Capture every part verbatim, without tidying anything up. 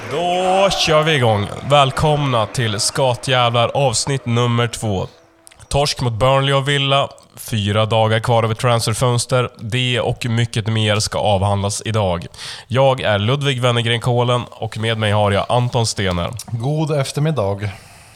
Då kör vi igång. Välkomna till Skatjävlar avsnitt nummer två. Torsk mot Burnley och Villa. Fyra dagar kvar över transferfönster. Det och mycket mer ska avhandlas idag. Jag är Ludvig Wennergren-Kålen och med mig har jag Anton Stener. God eftermiddag.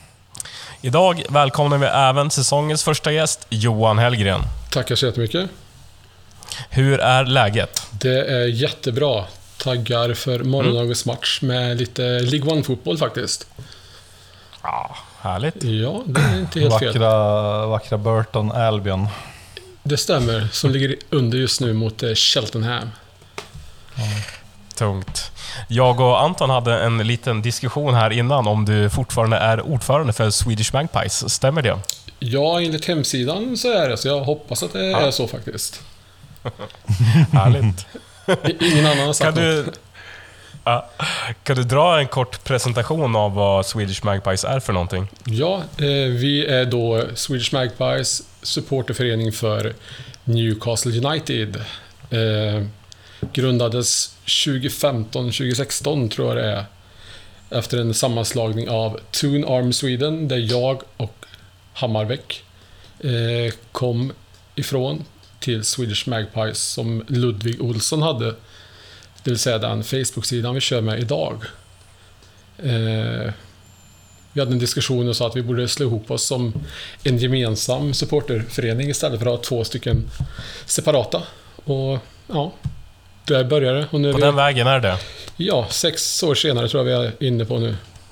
Idag välkomnar vi även säsongens första gäst, Johan Hellgren. Tackar så jättemycket. Hur är läget? Det är jättebra. Taggar för morgondagens mm. match med lite League One-fotboll faktiskt. Ja, härligt. Ja, det är inte helt vackra, fel. Vackra Burton Albion. Det stämmer, som ligger under just nu mot Cheltenham. Mm. Tungt. Jag och Anton hade en liten diskussion här innan om du fortfarande är ordförande för Swedish Magpies. Stämmer det? Ja, enligt hemsidan så är det, så jag hoppas att det ja. är så faktiskt. Härligt. Ingen annan har sagt kan du, något. Ja, kan du dra en kort presentation av vad Swedish Magpies är för någonting? Ja, eh, vi är då Swedish Magpies supporterförening för Newcastle United. Eh, grundades tjugo femton tjugo sexton tror jag det är. Efter en sammanslagning av Toon Arm Sweden, där jag och Hammarbeck eh, kom ifrån, till Swedish Magpies som Ludvig Olsson hade. Det vill säga den Facebook-sidan vi kör med idag. Eh, vi hade en diskussion och sa att vi borde slå ihop oss som en gemensam supporterförening istället för att ha två stycken separata. Och ja, där började det. Och nu på vi, den vägen är det? Ja, sex år senare tror jag vi är inne på nu.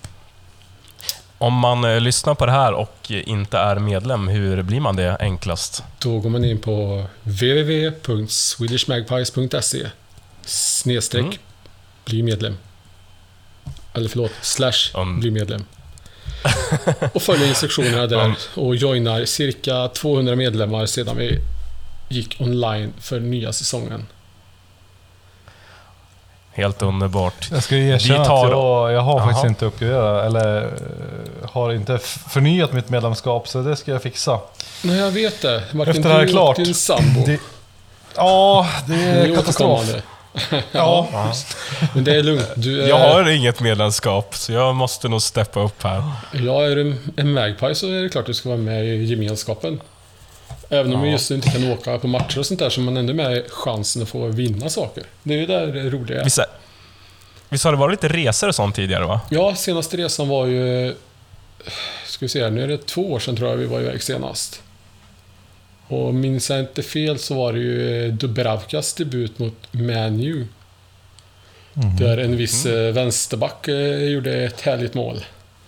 Om man eh, lyssnar på det här och inte är medlem, hur blir man det enklast? Då går man in på w w w punkt swedish magpies punkt se snedstreck mm. bli medlem. Eller förlåt, slash um. bli medlem. Och följer instruktionerna där um. och joinar cirka tvåhundra medlemmar sedan vi gick online för nya säsongen. Helt underbart. Jag ska erkänna tar... att jag, jag har Aha. faktiskt inte uppgraderat eller har inte förnyat mitt medlemskap, så det ska jag fixa. Nej, jag vet det. Varken efter det här är klart. Din sambo. Det... Ja, det är katastrof. Ja, ja. Men det är lugnt. Du är... Jag har inget medlemskap, så jag måste nog steppa upp här. Jag är en, en Magpie, så är det klart att du ska vara med i gemenskapen. Även om ja. vi just inte kan åka på matcher och sånt där, så man ändå med chansen att få vinna saker. Det är ju där det roliga är. Visst, visst har det varit lite resor och sånt tidigare, va? Ja, senaste resan var ju... Ska vi se, nu är det två år sedan tror jag vi var iväg senast. Och minns jag inte fel så var det ju Dubravkas debut mot Man U. Mm. Där en viss mm. vänsterback gjorde ett härligt mål.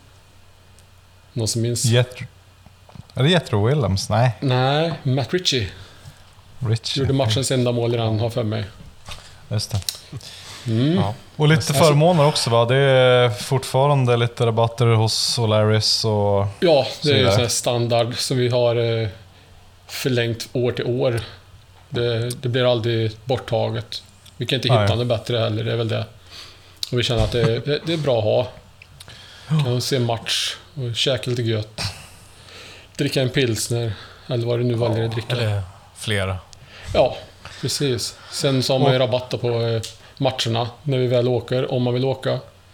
Någon som minns? Jet... Är det Jethro Williams? Nej. Nej, Matt Ritchie. Ritchie. Gjorde matchens enda mål i den, har för mig. Just det. Mm. Ja. Och lite förmåner också, va? Det är fortfarande lite rabatter hos Solaris och... Ja, det är ju sån här standard som vi har förlängt år till år. Det, det blir aldrig borttaget. Vi kan inte hitta Nej. något bättre heller, det är väl det. Och vi känner att det, det, det är bra att ha. Kan se match och käka lite gött. Dricka en pilsner, eller vad det nu väljer att dricka. Eller flera. Ja, precis. Sen så har man ju rabatter på matcherna när vi väl åker, om man vill åka.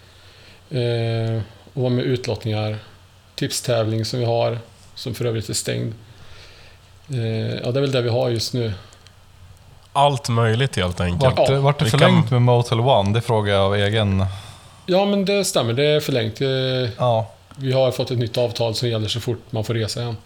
Eh, och vad med utlottningar. Tipstävling som vi har, som för övrigt är stängd. Eh, ja, det är väl det vi har just nu. Allt möjligt helt enkelt. Vart, ja. vart det förlängt kan... med Motel One? Det frågar jag av egen... Ja, men det stämmer. Det är förlängt. Eh, ja. Vi har fått ett nytt avtal som gäller så fort man får resa igen.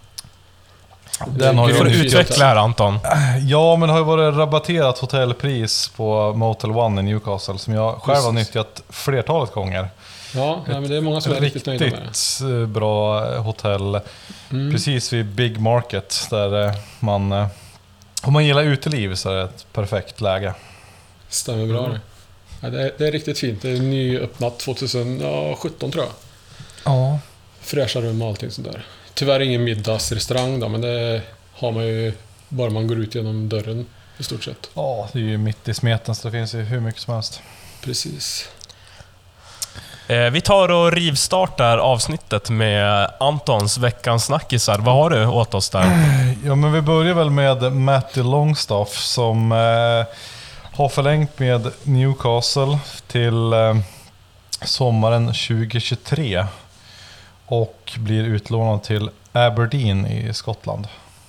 Den har du utvecklat här, Anton. Ja, men det har ju varit rabatterat hotellpris på Motel One i Newcastle som jag själv Just. har nyttjat flertalet gånger. Ja, nej, men det är många som är riktigt nöjda med det. Riktigt bra hotell. Mm. Precis vid Big Market där man, om man gillar uteliv så är det ett perfekt läge. Stämmer bra det. Ja, det, är, det är riktigt fint. Det är nyöppnat tjugohundrasjutton tror jag. Ja. Fräscha rum och allting sånt där. Tyvärr ingen middagsrestaurang då, men det har man ju bara man går ut genom dörren i stort sett. Ja, det är ju mitt i smeten så det finns ju hur mycket som helst. Precis. Eh, vi tar och rivstartar avsnittet med Antons veckans snackisar. Vad har du åt oss där? Ja, men vi börjar väl med Matty Longstaff som eh, har förlängt med Newcastle till... Eh, sommaren tjugohundratjugotre och blir utlånad till Aberdeen i Skottland.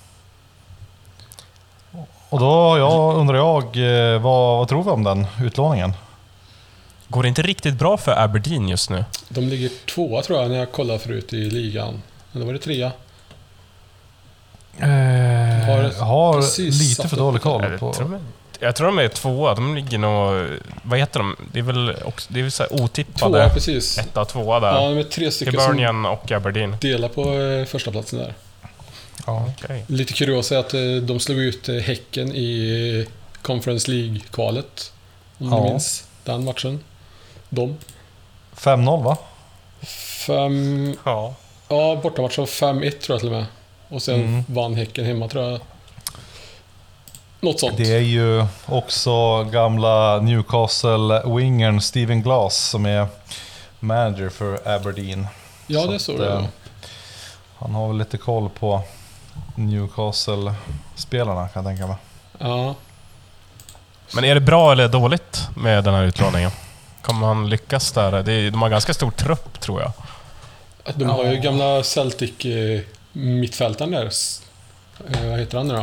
Och då jag, undrar jag, vad, vad tror vi om den utlåningen? Går det inte riktigt bra för Aberdeen just nu? De ligger tvåa tror jag när jag kollade förut i ligan. Eller var det trea? Eh, Har har precis lite satt för upp dålig det. koll Jag på... tror, jag tror de är tvåa. De ligger nog... Vad heter de? Det är väl också, det är väl så här otippade... Tvåa precis. Etta, tvåa där. Ja, de är tre stycken som Hibernian och Aberdeen. delar på eh, första platsen där. Ja. Okay. Lite kuriosa är att eh, de slog ut eh, Häcken i Conference League-kvalet. Om Ja. du minns den matchen. De. fem noll va? Fem... Ja. Ja, bortamatchen fem ett tror jag till och med. Och sen Mm. vann Häcken hemma tror jag. Något sånt. Det är ju också gamla Newcastle-wingern Steven Glass som är manager för Aberdeen. Ja, Så det såg att, jag. eh, Han har väl lite koll på Newcastle-spelarna kan jag tänka mig. Ja. Men är det bra eller dåligt med den här utlåningen? Kommer han lyckas där? Det är, de har ganska stor trupp tror jag. De har ju gamla Celtic eh, mittfältaren där. S- Eh, vad heter han nu då?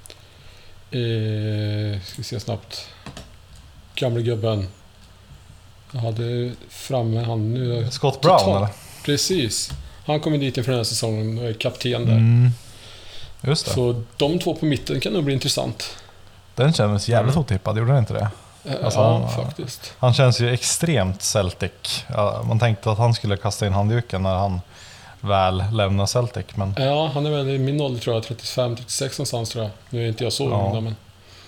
Eh, ska vi se snabbt. Gamle gubben. Jag hade framme han nu. Scott Brown Total- eller? Precis. Han kommer dit inför den här säsongen och är kapten där. Mm. Just det. Så de två på mitten kan nog bli intressant. Den kändes jävligt Mm. otippad, gjorde den inte det? Eh, Alltså, ja, han- faktiskt. Han känns ju extremt Celtic. Ja, man tänkte att han skulle kasta in handduken när han väl lämnar Celtic, men Ja, han är väl i min ålder tror jag, trettiofem trettiosex någonstans tror jag. Nu är inte jag så Ja. ung då, men...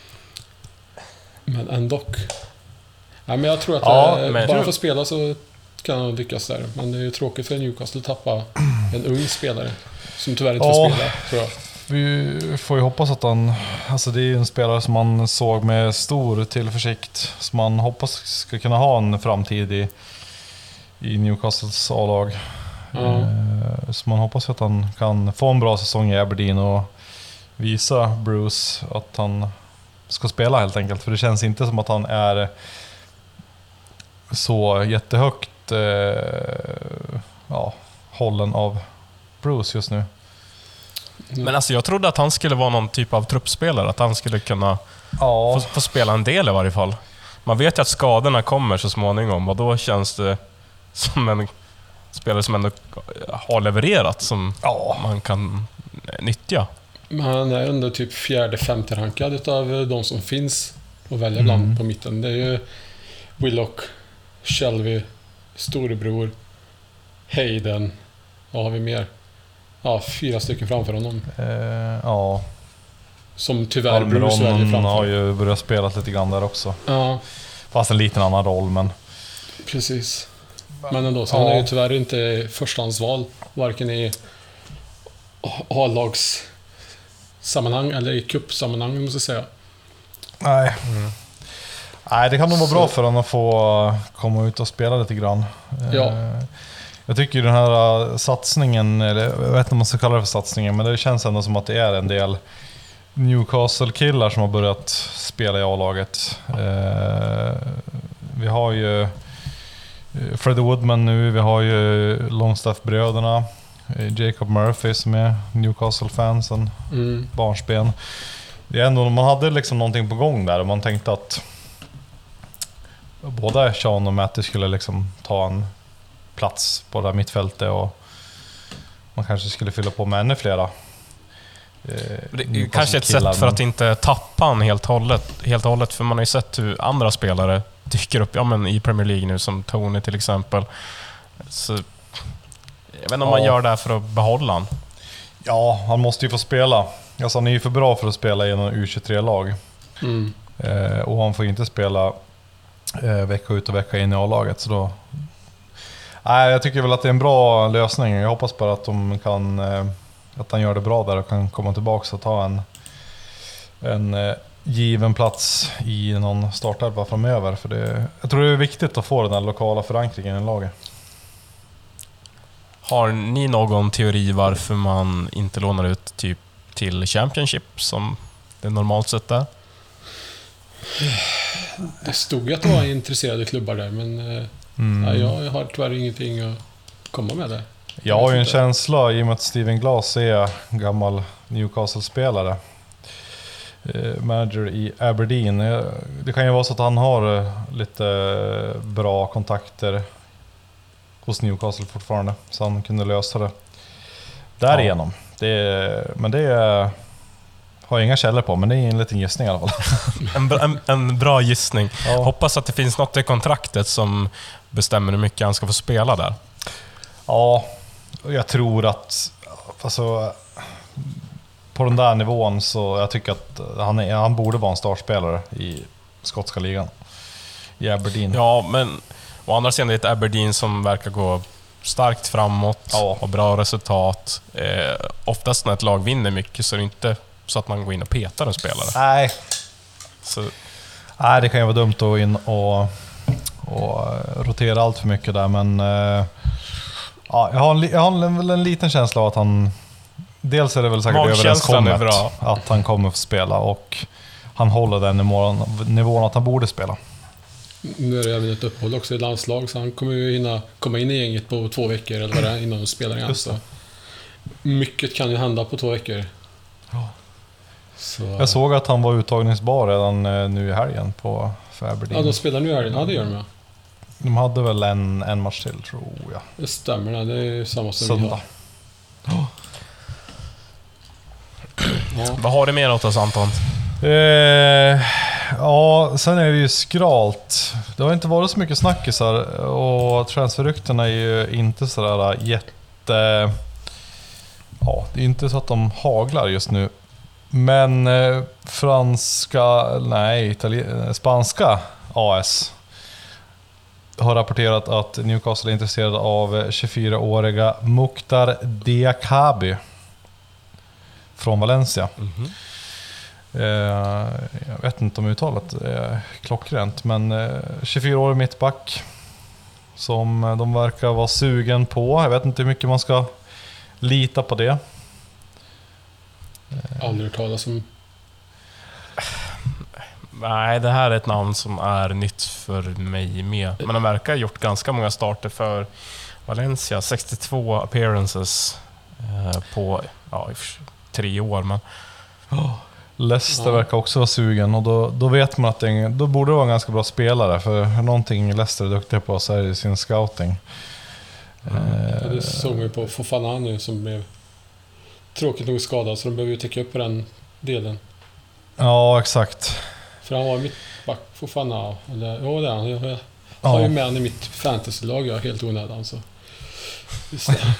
Men ändå. Ja, men jag tror att Ja, eh, men- bara för att spela så kan han lyckas där. Men det är ju tråkigt för Newcastle att tappa en ung spelare. Som tyvärr inte får Ja. spela, tror jag. vi får ju hoppas att han... Alltså det är ju en spelare som man såg med stor tillförsikt. Som man hoppas ska kunna ha en framtid i, i Newcastles A-lag. Ja. Eh, Så man hoppas att han kan få en bra säsong i Aberdeen och visa Bruce att han ska spela helt enkelt. För det känns inte som att han är så jättehögt eh, ja, hållen av Bruce just nu. Men alltså jag trodde att han skulle vara någon typ av truppspelare. Att han skulle kunna Ja, få, få spela en del i varje fall. Man vet ju att skadorna kommer så småningom och då känns det som en spelare som ändå har levererat som ja. man kan nyttja. Men han är ändå typ fjärde, femte rankad utav de som finns att välja Mm. bland på mitten. Det är ju Willock, Shelby, Storebror, Hayden. Vad har vi mer? Ja, fyra stycken framför honom. Eh, ja. Som tyvärr Bruce väljer Almiron framför. har ju börjat spela lite grann där också. Ja, Fast en liten annan roll, men... precis. Men ändå, så Ja. han är ju tyvärr inte förstahandsval. Varken i A-lagssammanhang eller i cupsammanhang, måste jag säga. Nej. Nej, det kan nog vara bra för honom att få komma ut och spela lite grann. Ja. Eh, Jag tycker ju den här uh, satsningen, eller jag vet inte om man ska kalla det för satsningen, men det känns ändå som att det är en del Newcastle-killar som har börjat spela i A-laget. Eh, vi har ju eh, Freddie Woodman nu, vi har ju Longstaff-bröderna, eh, Jacob Murphy som är Newcastle-fansen, Mm. barnsben. Det är ändå, man hade liksom någonting på gång där och man tänkte att både Sean och Matty skulle liksom ta en plats på det här mittfältet och man kanske skulle fylla på med ännu flera. Eh, Det är Newcastle kanske ett killar, sätt för men- att inte tappa han helt och hållet, helt och hållet. För man har ju sett hur andra spelare dyker upp ja, men i Premier League nu, som Tony till exempel. Så, jag vet inte om man Ja. gör det här för att behålla han. Ja, han måste ju få spela. Alltså, han är ju för bra för att spela i en U tjugotre-lag. Mm. Eh, och han får inte spela eh, vecka ut och vecka in i A-laget. Så då... Nej, jag tycker väl att det är en bra lösning. Jag hoppas bara att de kan... Eh, att han gör det bra där och kan komma tillbaka och ta en, en eh, given plats i någon startelva framöver. För det, jag tror det är viktigt att få den där lokala förankringen i laget. Har ni någon teori varför man inte lånar ut typ till Championship som det normalt sett är? Det stod ju att det var intresserade klubbar där, men eh, Mm. Ja, jag har tyvärr ingenting att komma med det. Jag har ju en känsla i och med att Steven Glass är gammal Newcastle-spelare. Eh, manager i Aberdeen. Eh, Det kan ju vara så att han har eh, lite bra kontakter hos Newcastle fortfarande. Så han kunde lösa det därigenom. Det, men det är, har jag inga källor på, men det är en liten gissning i alla fall. En, bra- en, en bra gissning. Ja. Hoppas att det finns något i kontraktet som bestämmer hur mycket han ska få spela där. Ja, jag tror att alltså, på den där nivån så jag tycker att han, är, han borde vara en startspelare i skotska ligan. I Aberdeen. Ja, men å andra sidan är det ett Aberdeen som verkar gå starkt framåt Ja. och bra resultat. Eh, oftast när ett lag vinner mycket så är det inte så att man går in och petar en spelare. Nej. Så, Nej, det kan ju vara dumt att gå in och, och rotera allt för mycket där, men eh, ja, jag har, en, li- jag har en, en liten känsla av att han... Dels är det väl säkert Magkänslan är överenskommet bra. att han kommer att spela och han håller den nivån, nivån att han borde spela. Nu är det även ett uppehåll också i landslag, så han kommer ju hinna komma in i gänget på två veckor eller vad det är innan de spelar igen. Just det. Så mycket kan ju hända på två veckor. Ja. Så, Jag såg att han var uttagningsbar redan eh, nu i helgen på för Aberdeen. ja, de spelar nu här. Ja, det gör de, ja. De hade väl en, en match till, tror jag. Det stämmer, det. Det är samma som Söndag. vi har. Ja. vad har du mer åt oss, Anton? Eh, ja, sen är det ju skralt. Det har inte varit så mycket snackisar och transferryktena är ju inte sådär jätte... Ja, det är inte så att de haglar just nu. Men eh, franska, nej, Itali- spanska A S har rapporterat att Newcastle är intresserad av tjugofyraåriga Mukhtar Diakaby från Valencia. Mm-hmm. Eh, jag vet inte om uttalet är klockrent, men eh, tjugofyraårig mittback som eh, de verkar vara sugen på. Jag vet inte hur mycket man ska lita på det. Aldrig hört talas om. Nej, det här är ett namn som är nytt för mig med. Men han verkar ha gjort ganska många starter för Valencia. sextiotvå appearances eh, på ja, i och för sig tre år. Men Leicester Ja. verkar också vara sugen och då, då vet man att det, är- då borde det vara en ganska bra spelare, för någonting Leicester är duktiga på så är det sin scouting. Eh, Ja, det såg man ju på Fofana nu som blev tråkigt nog skadad, så de behöver ju täcka upp på den delen. ja, exakt. För han var mittback, Fofana. Eller, ja, det är han. Jag, jag har Ja. ju med han i mitt fantasylag, jag är helt onödan. Så. Just det.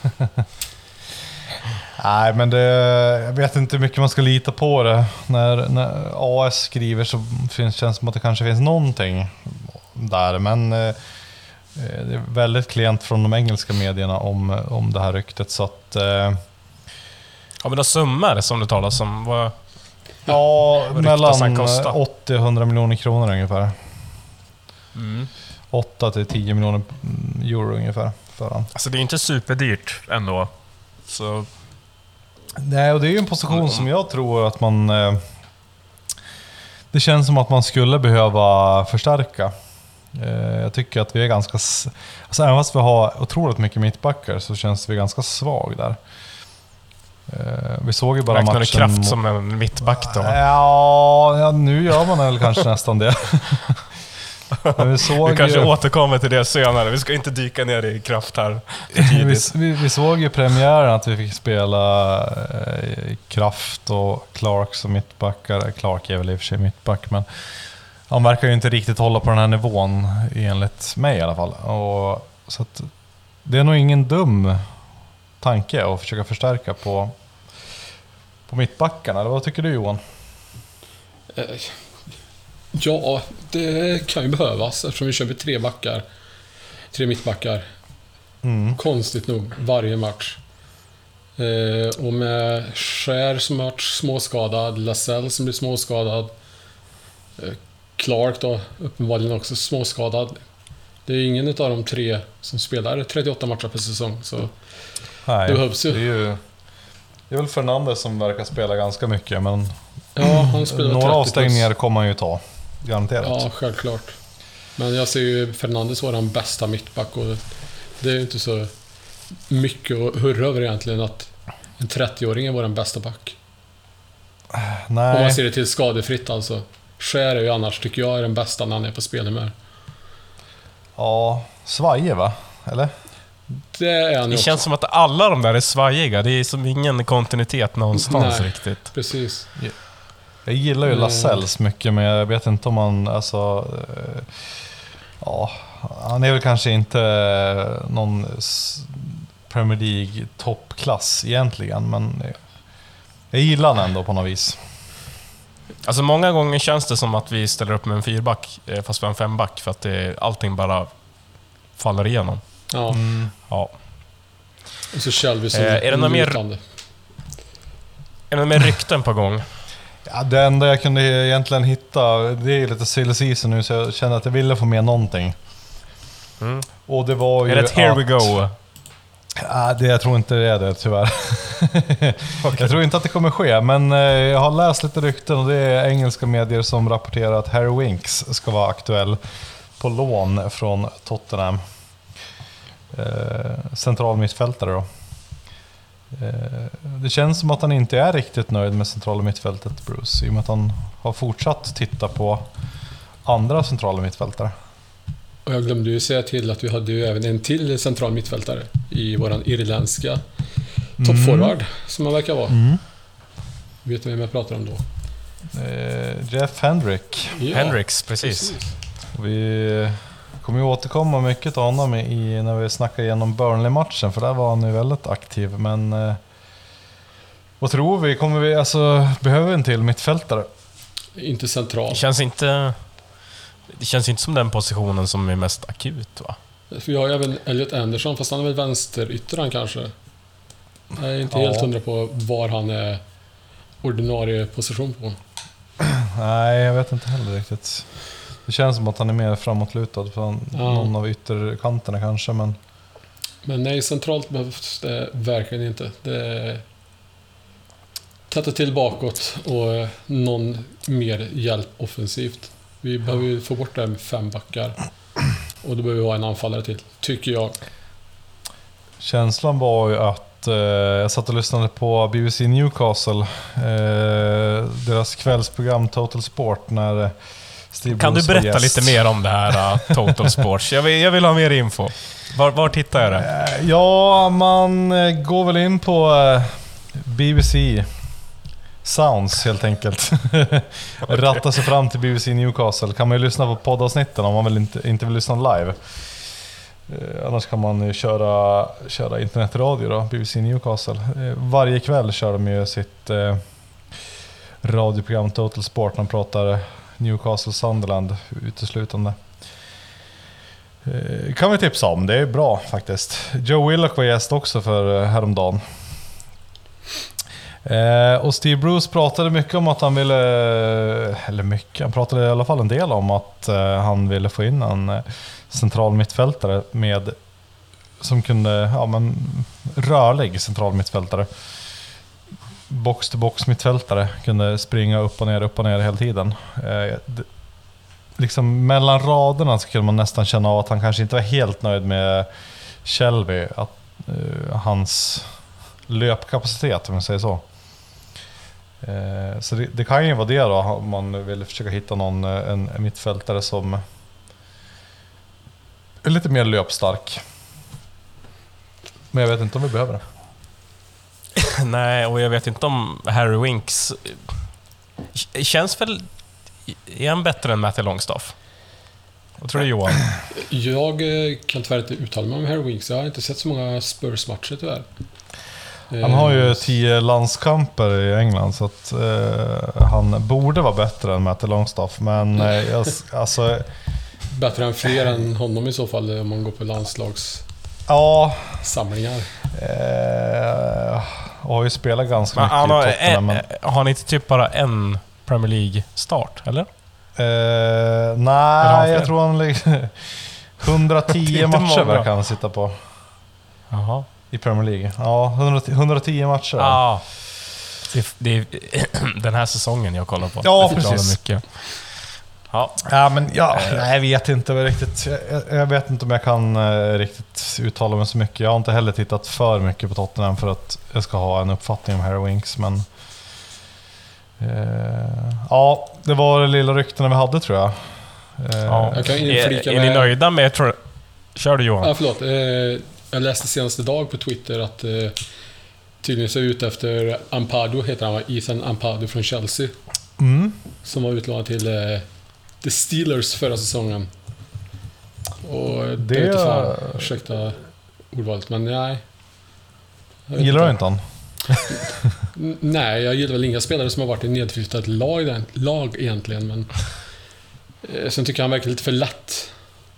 Nej, men det, jag vet inte hur mycket man ska lita på det. När, när A S skriver så finns, känns det som att det kanske finns någonting där. Men eh, det är väldigt klent från de engelska medierna om, om det här ryktet. Så att, eh, ja, men de summor som det talas om var... ja, ryktas mellan han kosta? åttio och hundra miljoner kronor ungefär. Mm. åtta till tio miljoner euro ungefär för han. Alltså det är inte superdyrt ändå. Så Nej, och det är ju en position Mm. som jag tror att man... Eh, det känns som att man skulle behöva förstärka. Eh, jag tycker att vi är ganska... s- Alltså även fast vi har otroligt mycket mittbackar så känns vi ganska svag där. Eh, vi såg ju bara räknar du matchen... Kraft mot- som en mittback då? Ja, ja, nu gör man väl kanske nästan det. Men vi såg Vi kanske ju... återkommer till det senare. Vi ska inte dyka ner i Kraft här för Vi, tidigt. vi, vi såg ju premiären att vi fick spela eh, Kraft och Clark som mittbackar. Clark är väl i och för sig mittback, men han verkar ju inte riktigt hålla på den här nivån enligt mig i alla fall. Och, så att, det är nog ingen dum tanke att försöka förstärka på, på mittbackarna. Eller vad tycker du, Johan? Eh, Ja, det kan ju behövas eftersom vi kör med tre backar. Tre mittbackar. Mm. Konstigt nog, varje match. Eh, och med Skär som har varit småskadad, Lascelles som blir småskadad. Eh, Clark då, uppenbarligen också småskadad. Det är ingen av de tre som spelar trettioåtta matcher per säsong. Så Nej, Det behövs ju. Det är ju det är väl Fernandes som verkar spela ganska mycket, men ja, han spelar några trettio avstängningar plus. kommer han ju ta. Garanterat. Ja, självklart. Men jag ser ju Fernandes vara den bästa mittback och det är ju inte så mycket att hurra över egentligen att en trettioåring är vår bästa back. Nej. Om man ser det till skadefritt alltså. Skär är ju annars, tycker jag, är den bästa när han är på spelhumör. Ja, svajig va? Eller? Det är han ju Det också. känns som att alla de där är svajiga. Det är som ingen kontinuitet någonstans Nej. riktigt. Precis. Jag gillar ju Mm. Lascelles mycket, men jag vet inte om han, alltså... eh, Ja, han är väl kanske inte någon s- Premier League toppklass egentligen, men jag gillar han ändå på något vis. Alltså många gånger känns det som att vi ställer upp med en fyrback eh, fast vi har en femback för att det, allting bara faller igenom. Ja. Mm. Ja. Och så Shelby som Eh, är det något mer- lutande. Är det med rykten på gång? Ja, det enda jag kunde egentligen hitta, det är lite silly season nu, så jag kände att jag ville få med någonting. Mm. Och det var ju Är det ett here att, we go? Ja, det, jag tror inte det är det, tyvärr. Jag tror inte att det kommer ske, men eh, jag har läst lite rykten och det är engelska medier som rapporterar att Harry Winks ska vara aktuell på lån från Tottenham. Eh, central mittfältare då. Eh, det känns som att han inte är riktigt nöjd med centrala mittfältet, Bruce, i och med att han har fortsatt titta på andra centrala mittfältare. Och jag glömde ju säga till att vi hade ju även en till central mittfältare i våran irländska toppforward, som han verkar vara. Mm. Vet du vem jag pratar om då? Eh, Jeff Hendrick. Ja, Hendrix, precis. Vi kommer ju återkomma mycket till honom i, när vi snackar igenom Burnley-matchen, för där var han ju väldigt aktiv. Men eh, vad tror vi? Kommer vi alltså behöver en till mittfältare? Inte central. Det känns inte... Det känns inte som den positionen som är mest akut, va? För vi har ju även Elliot Anderson, fast han är väl vänsteryttran kanske. Jag är inte Ja. helt hundra på var han är ordinarie position på. Nej, jag vet inte heller riktigt. Det känns som att han är mer framåtlutad från Ja. någon av ytterkanterna kanske, men Men nej, centralt behövs det verkligen inte. Det är tätta till bakåt och någon mer hjälp offensivt. Vi behöver ju få bort det här med fem backar. Och då behöver vi ha en anfallare till, tycker jag. känslan var ju att eh, jag satt och lyssnade på B B C Newcastle, eh, deras kvällsprogram Total Sport, när eh, Steve Kan du Bruce var berätta gäst. lite mer om det här uh, Total Sports? Jag vill, jag vill ha mer info. Var, var tittar jag det? Eh, Ja, man eh, går väl in på eh, B B C Sounds helt enkelt. Rattar sig fram till B B C Newcastle. Kan man ju lyssna på poddavsnitten om man vill inte, inte vill lyssna live. Eh, annars kan man ju köra, köra internetradio då, B B C Newcastle. Eh, varje kväll kör de ju sitt eh, radioprogram Total Sport. De pratar Newcastle Sunderland uteslutande. Eh, kan vi tipsa om, det är bra faktiskt. Joe Willock var gäst också för eh, häromdagen. Eh, och Steve Bruce pratade mycket om att han ville, eller mycket, han pratade i alla fall en del om att eh, han ville få in en eh, central mittfältare med, som kunde, ja men, rörlig central mittfältare. Box to box mittfältare, kunde springa upp och ner, upp och ner hela tiden. Eh, det, liksom mellan raderna så kunde man nästan känna av att han kanske inte var helt nöjd med Shelby, att eh, hans löpkapacitet, om man säger så. Eh, så det, det kan ju vara det då, om man vill försöka hitta någon, en, en mittfältare som är lite mer löpstark. Men jag vet inte om vi behöver det. Nej, och jag vet inte om Harry Winks... Känns väl... Är han bättre än Matthew Longstaff? Vad tror du, Johan? Jag eh, kan tyvärr inte uttala mig om Harry Winks. Jag har inte sett så många Spurs-matcher tyvärr. Han har ju Eh, tio landskamper i England, så att eh, han borde vara bättre än Matthew Longstaff. Men eh, jag, alltså, Bättre än fler än honom i så fall, om man går på landslagssamlingar. ja, eh, har ju spelat ganska Men mycket han har, i Tottenham. Men, en, har han inte typ bara en Premier League-start, eller? eh, han nej, fler? jag tror han ligger Det är hundratio inte matcher många. verkar han sitta på Jaha. i Premier League. Ja, hundratio, hundratio matcher. Ah. Det, är, det är den här säsongen jag kollar på. Ja, Det förklarar precis. mycket. Ja. Ja, men ja, nej, jag vet inte riktigt. Jag, jag vet inte om jag kan uh, riktigt uttala mig så mycket. Jag har inte heller tittat för mycket på Tottenham för att jag ska ha en uppfattning om Harry Winks, men uh, ja, det var det lilla ryktena vi hade, tror jag. Uh, Ja. Jag kan Är, inflika är ni med- nöjda med... Tror, kör du, Johan. Ja, förlåt. Eh, jag läste senaste dag på Twitter att eh, tydligen ser ut efter Ampadu, heter han va? Ethan Ampadu från Chelsea. Mm. Som var utlånad till eh, The Steelers förra säsongen. Och det... Det- Jag vet inte fan, ursäkta ordvalet, men nej. Jag vet Gillar du inte han? N- Nej, jag gillar väl inga spelare som har varit i nedflyttat lag, lag egentligen, men eh, sen tycker jag han verkar lite för lätt.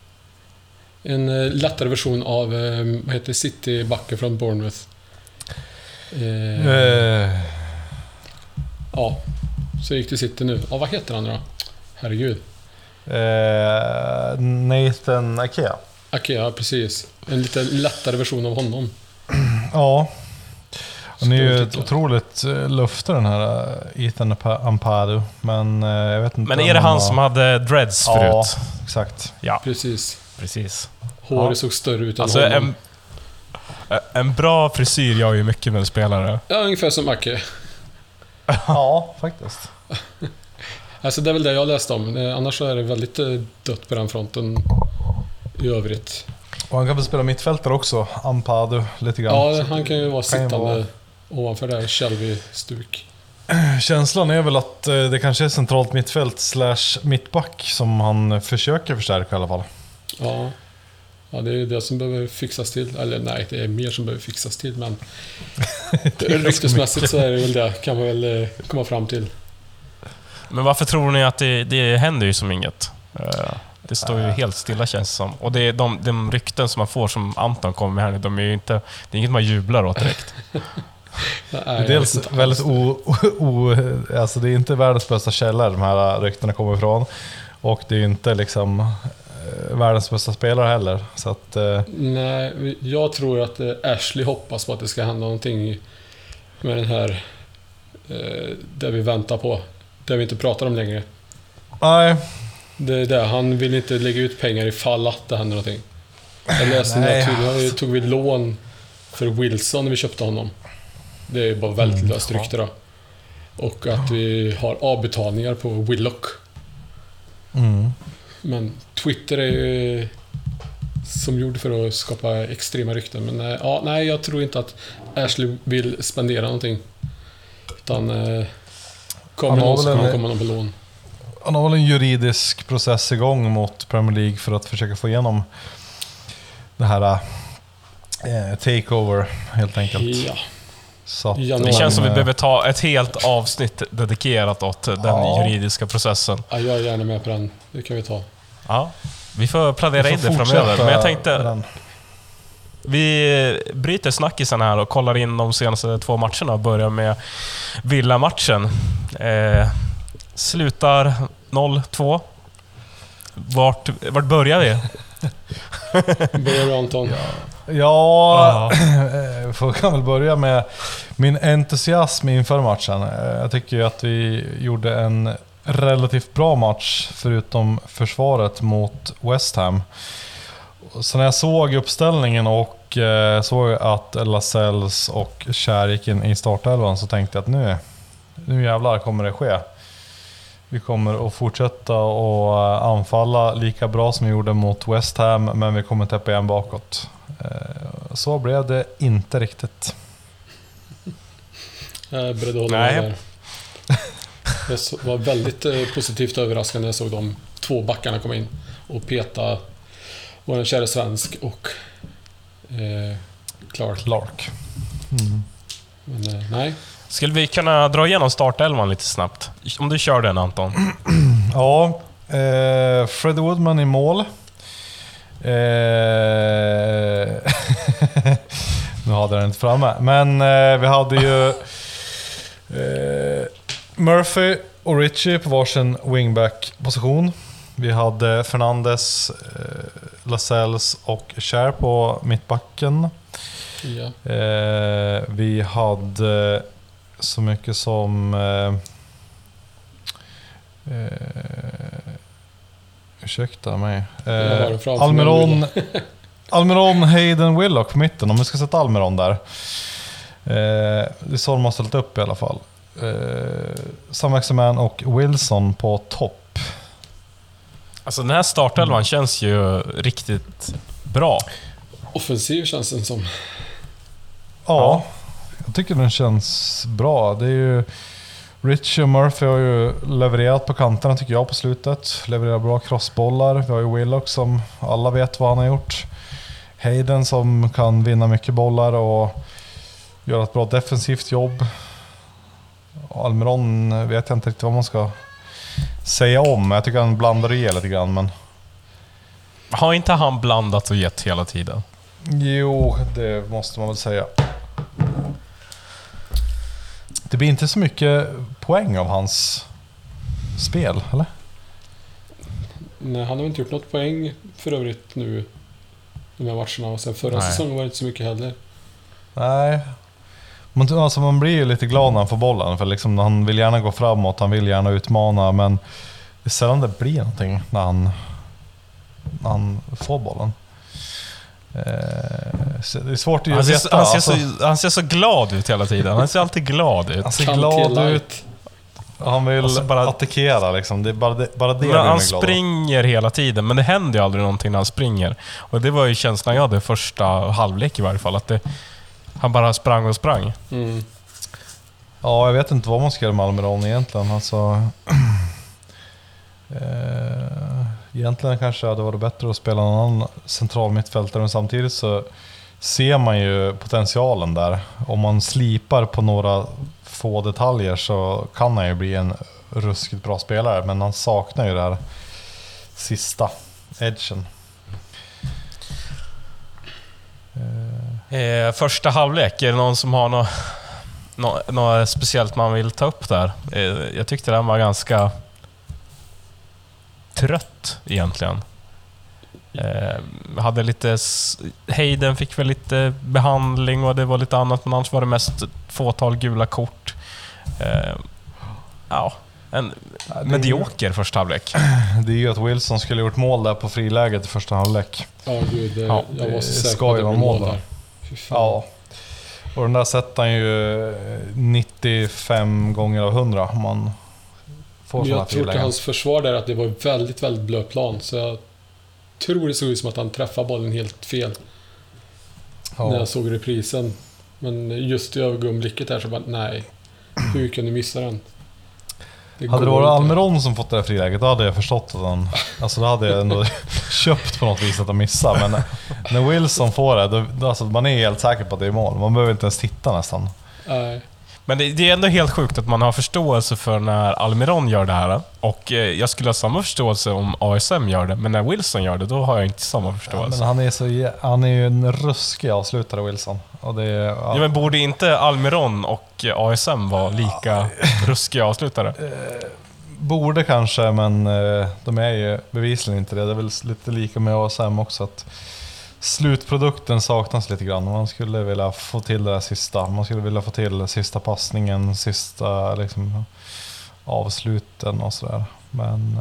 En eh, lättare version av, eh, vad heter City-backen från Bournemouth. Eh, Uh, Ja, så gick till City nu. Ja, vad heter han då? Herregud. uh, Nathan Ake. Okej, ja precis. En lite lättare version av honom. Ja. Han är ju Stor ett titel. otroligt uh, löfte, den här uh, Ethan Ampadu. Men uh, jag vet inte. Men om är det han har- som hade dreads Ja, förut? exakt. Ja, Precis. precis. Håret Ja. såg större ut än Alltså honom. en, en bra frisyr gör ju mycket med en spelare. Ja, ungefär som Ake. Ja, faktiskt. Alltså det är väl det jag läste om. Eh, Annars så är det väldigt eh, dött på den fronten i övrigt. Och han kan väl spela mittfältare också, Ampadu, lite grann. Ja, Så han kan ju vara kan ju sittande vara- ovanför där Shelby-stuk. Känslan är väl att eh, det kanske är centralt mittfält slash mittback som han försöker förstärka i alla fall. Ja. Ja, det är det som behöver fixas till. Eller nej, det är mer som behöver fixas till, men Det är ryktesmässigt så är det väl det, kan man väl eh, komma fram till. Men varför tror ni att det, det händer ju som inget? Eh, Det står ju Äh. helt stilla, känns det som. Och det är de, de rykten som man får, som Anton kommer med här nu, de är ju inte... Det är inget man jublar åt direkt. Nej, Det jag är dels vet inte väldigt alls. o, o, alltså det är inte världens bästa källor de här ryktena kommer ifrån. Och det är inte liksom eh, världens bästa spelare heller. Så att, eh, Nej, jag tror att eh, Ashley hoppas på att det ska hända någonting med den här... Eh, det vi väntar på. Det vi inte pratar om längre. nej, Det är det. Han vill inte lägga ut pengar ifall att det händer någonting. Jag läste Nej, att tydligen alltså. tog vi lån för Wilson när vi köpte honom. Det är bara väldigt Mm, löst rykte då. Och att vi har avbetalningar på Willock. mm. Men Twitter är ju som gjord för att skapa extrema rykten. Men eh, ja, nej, jag tror inte att Ashley vill spendera någonting. Utan eh, kommer Han har någon så väl kommer en- han komma någon på lån. Han har väl en juridisk process igång mot Premier League för att försöka få igenom det här eh, takeover helt enkelt. Ja. Så att, Det Det känns som vi eh, behöver ta ett helt avsnitt dedikerat åt den Ja. juridiska processen. ja, jag är gärna med på den. Det kan vi ta. Ja, vi får planera vi in får det fortsätta framöver. Men jag tänkte, med den. vi bryter snackisen här och kollar in de senaste två matcherna och börjar med Villa-matchen. Eh, slutar noll två. Vart, vart börjar vi? Börjar du Anton? Ja, vi får kan väl börja med min entusiasm inför matchen. Eh, Jag tycker ju att vi gjorde en relativt bra match förutom försvaret mot West Ham. Så när jag såg uppställningen och eh, såg att Lascelles och Kjär gick in i startelvan så tänkte jag att nu, nu jävlar kommer det ske. Vi kommer att fortsätta att anfalla lika bra som vi gjorde mot West Ham, men vi kommer täppa igen bakåt. Eh, Så blev det inte riktigt. Jag är beredd att hålla Nej. med där. Jag så- var väldigt eh, positivt överraskad när jag såg de två backarna komma in och peta vår kära svensk och eh, Clark. Clark. Mm. Men eh, nej. Skulle vi kunna dra igenom startelvan lite snabbt? Om du kör den, Anton. Ja, eh, Freddie Woodman i mål. Eh, nu hade jag den inte framme. Men eh, vi hade ju eh, Murphy och Richie på varsin wingback-position. Vi hade Fernandes, eh, Lascelles och Kjär på mittbacken. Ja. Eh, vi hade så mycket som... Eh, eh, Ursäkta mig. Jag har Eh, det framför Almiron, mig. Almiron, Hayden, Willock på mitten. Om vi ska sätta Almiron där. Eh, det är så de har ställt upp i alla fall. Eh, Sam Maximan och Wilson på topp. Alltså den här startelvan känns ju riktigt bra. Offensiv känns den som. Ja, jag tycker den känns bra. Det är ju Richie och Murphy har ju levererat på kanterna tycker jag på slutet. Levererar bra crossbollar. Vi har ju Willock som alla vet vad han har gjort. Hayden som kan vinna mycket bollar och göra ett bra defensivt jobb. Almiron vet jag inte riktigt vad man ska säga om. Jag tycker han blandar och ger lite grann, men... Har inte han blandat och gett hela tiden? Jo, det måste man väl säga. Det blir inte så mycket poäng av hans spel, eller? Nej, han har inte gjort något poäng för övrigt nu de här matcherna. Och sen förra Nej. säsongen var det inte så mycket heller. Nej. Man, alltså man blir ju lite glad när han får bollen. För liksom, han vill gärna gå framåt, han vill gärna utmana. Men det är sällan det blir någonting när han, när han får bollen. Eh, så det är svårt att Han ser, veta. han, ser alltså, så, han ser så glad ut hela tiden. Han ser alltid glad ut. han ser Kanté glad light. ut. Han vill Och så bara- attackera liksom. Det är bara det, bara det Men gör han mig glad. springer hela tiden, men det händer ju aldrig någonting när han springer. Och det var ju känslan jag hade första halvlek i varje fall. Att det, han bara sprang och sprang. Mm. Ja, jag vet inte vad man ska göra med Almiron egentligen. Alltså, eh, egentligen kanske det hade varit bättre att spela någon annan central mittfältare, men samtidigt så ser man ju potentialen där. Om man slipar på några få detaljer så kan han ju bli en ruskigt bra spelare, men han saknar ju det här sista edgen. Eh, Eh, första halvlek, är det någon som har något, något, något speciellt man vill ta upp där? Eh, jag tyckte den var ganska trött egentligen. Eh, hade lite... s- Hayden fick väl lite behandling och det var lite annat, men annars var det mest ett fåtal gula kort. Eh, ja, en det är- medioker första halvlek. Det är ju att Wilson skulle gjort mål där på friläget i första halvlek. Ja, gud. Det, Ja, jag var det så säker ska på att ju det vara blev mål mål där. där. Fy fan. Ja. Och den där sätter han ju nittiofem gånger av hundra om man får Men sådana jag tror till frilägen. hans försvar där att det var väldigt, väldigt blöt plan. Så jag tror det såg ut som att han träffade bollen helt fel när Ja. jag såg reprisen. Men just i ögonblicket där så bara, nej. Hur kan du missa den? Det Hade det går varit inte. Almiron som fått det här friläget, då hade jag förstått att han... Alltså då hade jag ändå köpt på något vis att han missar. Men när, när Wilson får det, då, då, alltså, man är helt säker på att det är mål. Man behöver inte ens titta nästan. Nej. Men det, det är ändå helt sjukt att man har förståelse för när Almiron gör det här. Och eh, jag skulle ha samma förståelse om A S M gör det, men när Wilson gör det, då har jag inte samma Ja, förståelse. men han är, så, jä- han är ju en ruskig avslutare, Wilson. Och det är, ja. Ja, men borde inte Almiron och A S M vara lika ruskiga avslutare? Borde kanske, men eh, de är ju bevisligen inte det. Det är väl lite lika med A S M också, att slutprodukten saknas lite grann. Man skulle vilja få till det där sista. Man skulle vilja få till sista passningen, sista liksom, avsluten och sådär. Men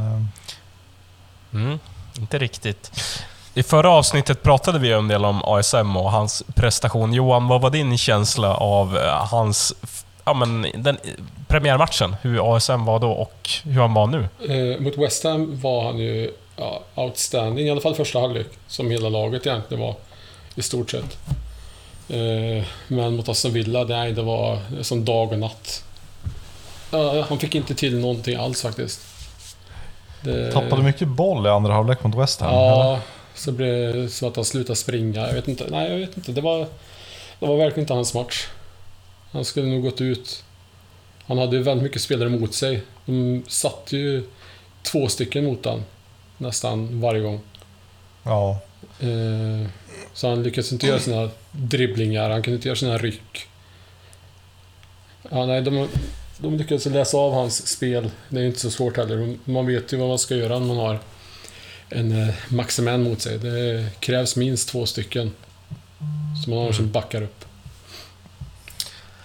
eh, Mm, inte riktigt. I förra avsnittet pratade vi en del om A S M och hans prestation. Johan, vad var din känsla av eh, hans... Ja, men den premiärmatchen, hur A S M var då och hur han var nu? Eh, mot West Ham var han ju ja, outstanding, i alla fall första halvlek, som hela laget egentligen var i stort sett. Eh, men mot Aston Villa, nej, det var som dag och natt. Ja, han fick inte till någonting alls faktiskt. Det, tappade mycket boll i andra halvlek mot West Ham. eller? Ja, så blev det så att han slutade springa. Jag vet inte, nej jag vet inte. Det var, det var verkligen inte hans match. Han skulle nog gått ut. Han hade ju väldigt mycket spelare mot sig. De satt ju två stycken mot han nästan varje gång. Ja. Eh, så han lyckades inte göra sina dribblingar. Han kunde inte göra sina ryck. Ja, nej, de, de lyckades läsa av hans spel. Det är inte så svårt heller. Man vet ju vad man ska göra när man har en eh, Maximan mot sig. Det krävs minst två stycken som man har som backar upp.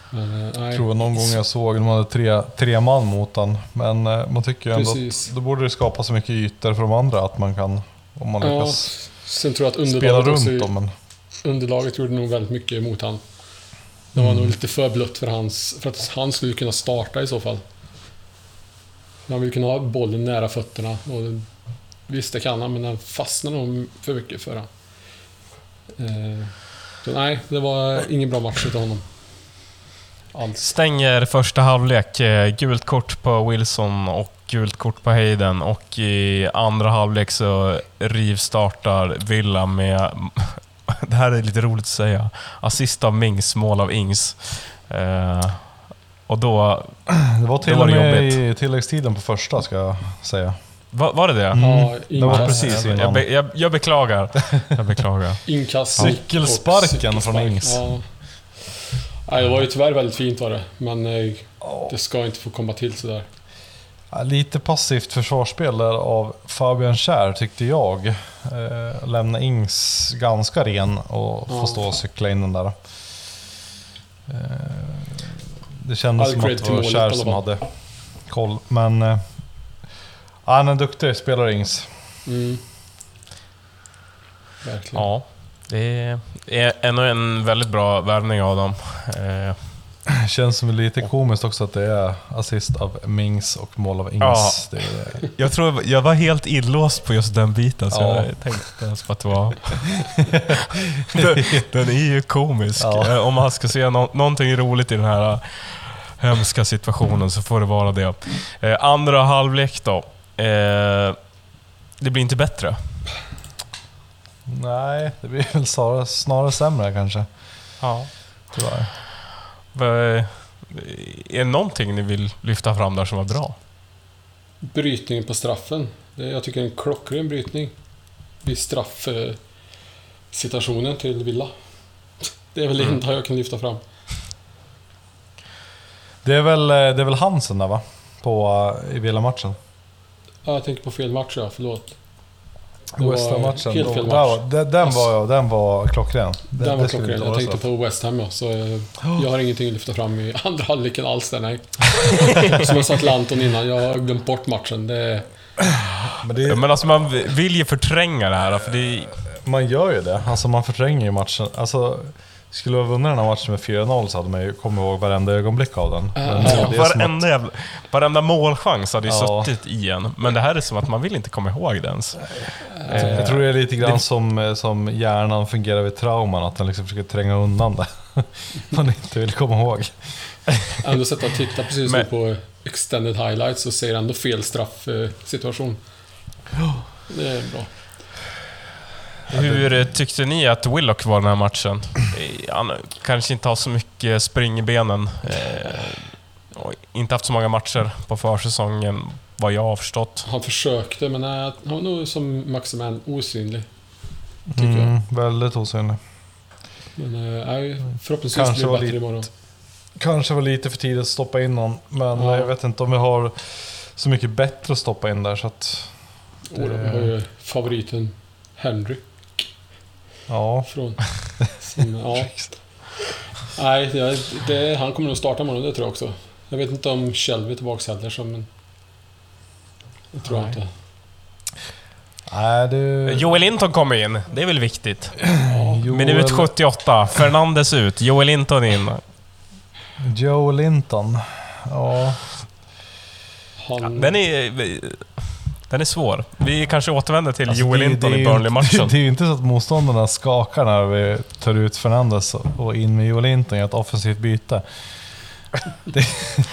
Men, nej. Jag tror någon gång jag såg de hade tre, tre man mot den. Men eh, man tycker ju ändå Precis. att då borde det skapa så mycket ytor för de andra att man kan, om man Ja, lyckas sen tror jag att spela underlaget, runt också, dem. Men underlaget gjorde nog väldigt mycket emot han. Det var nog lite för blött för, hans, för att han skulle kunna starta i så fall. Han vill kunna ha bollen nära fötterna. Och visst, det kan han, men den fastnar nog för mycket för han. Eh, så nej, det var ingen bra match utav honom. Alls. Stänger första halvlek. eh, Gult kort på Wilson och gult kort på Hayden. Och i andra halvlek så rivstartar Villa med... Det här är lite roligt att säga. Assist av Mings, mål av Ings. Eh, och då... det var till Det var och det med jobbigt. i tilläggstiden på första, ska jag säga. Va, var det det? Mm. Ja, Det var inkast, precis jag, innan. be, jag, jag beklagar. Jag beklagar. inkast Cykelsparken och cykelspark. från Ings. Ja. Nej, det var ju tyvärr väldigt fint var det. Men eh, det ska inte få komma till sådär. Ja, lite passivt försvarsspel där av Fabian Schär tyckte jag. Eh, lämna Ings ganska ren och få Ja. stå och cykla in den där. Eh, det kändes All som cred att det till var målet Schär i alla som fall. hade koll. Men eh, ja, han är duktig, spelar Ings. Mm. Verkligen. Ja, det är ännu en väldigt bra värvning av dem. Eh, Känns som lite komiskt också att det är assist av Mings och mål av Ings. Ja. Det är, jag tror jag var helt inlåst på just den biten, så Ja. jag tänkte ens på att det var... den, den är ju komisk. Ja. Eh, Om man ska se no- någonting roligt i den här eh, hemska situationen så får det vara det. Eh, andra halvlek då. Eh, det blir inte bättre. nej, det blir väl snarare, snarare sämre kanske. Ja. Tyvärr. Är det någonting ni vill lyfta fram där som var bra? Brytningen på straffen. Det, jag tycker det är en klockren brytning. I straffsituationen till Villa. Det är väl det Mm. enda jag kan lyfta fram. Det är väl, det är väl Hansen där va? På, uh, i Villa-matchen. Ja, jag tänker på fel match, ja. Förlåt. Det var West Ham-matchen. helt fel Då- match. där var- Den, den, var, den var klockren. Det- Den var det skulle klockren. inte Jag vara tänkte så. på West Ham, ja. Så eh, jag har ingenting att lyfta fram i andra halvleken alls där, nej. Som jag sa till Anton innan, jag har glömt bort matchen. Det, Men det, Ja, men alltså man vill ju förtränga det här, för det är... man gör ju det. Alltså man förtränger ju matchen. Alltså, skulle vi ha vunnit den här matchen med fyra noll så hade man ju kommit ihåg varenda ögonblick av den. Men Ja, det är som att, Varenda, jävla- varenda målchans hade ju Ja. suttit i en. Men det här är som att man vill inte komma ihåg det ens. Eh, jag tror det är lite grann som, som hjärnan fungerar vid trauman. Att den liksom försöker tränga undan det. Man inte vill komma ihåg. ändå sätta och titta precis Men- nu på extended highlights och ser ändå fel straffsituation. Det är bra. Hur eh, tyckte ni att Willock var den här matchen? Eh, Han kanske inte har så mycket spring i benen. Eh, och inte haft så många matcher på försäsongen, vad jag har förstått. Han försökte, men nej, han var nog som Maximan osynlig. Tycker Mm, väldigt osynlig. Men eh, nej, förhoppningsvis Kanske blir var det bättre lite- imorgon. Kanske var lite för tidigt att stoppa in någon. Men Ja. jag vet inte om vi har så mycket bättre att stoppa in där. Så att, Och då, vi har ju favoriten Henry ja. från... Som, ja. Nej, det, det, han kommer nog starta imorgon, det tror jag också. Jag vet inte om Shelby är tillbaka heller, så, men... Det tror jag Nej. inte. Nej, det... Joel Linton kommer in, det är väl viktigt. Joel, Minut sjuttioåtta, Fernandes ut, Joel Linton in. Joe Linton. Ja. Han, Den är, den är svår. Vi kanske återvänder till Alltså, Joel det- Linton det är i ju Burnley-matchen. inte- Det är ju inte så att motståndarna skakar när vi tar ut Fernandes och- och in med Joe Linton i ett offensivt byte. Det...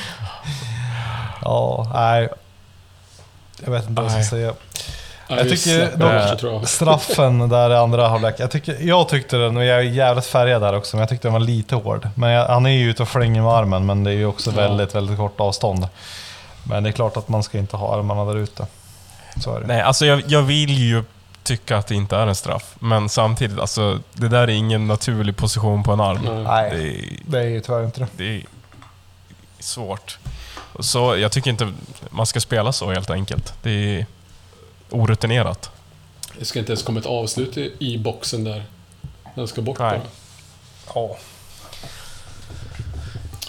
Ja, nej. Jag vet inte vad jag ska Nej. säga. nej, jag vi tycker släpper dock- det, tror jag. Straffen där i andra halvlek. Jag, tycker, jag tyckte den, och jag är jävligt färgad där också, men jag tyckte den var lite hård. Men jag, han är ju ute och flänger med armen, men det är ju också Ja. väldigt, väldigt kort avstånd. Men det är klart att man ska inte ha armarna där ute. Så är det. Nej, alltså jag, jag vill ju tycka att det inte är en straff. Men samtidigt, alltså, det där är ingen naturlig position på en arm. Nej. Nej, Det är, det är ju tyvärr inte det. det är svårt. Så jag tycker inte man ska spela så helt enkelt. Det är orutinerat. Det ska inte ens komma ett avslut i, i boxen där. Den ska bort Nej. bara. Ja.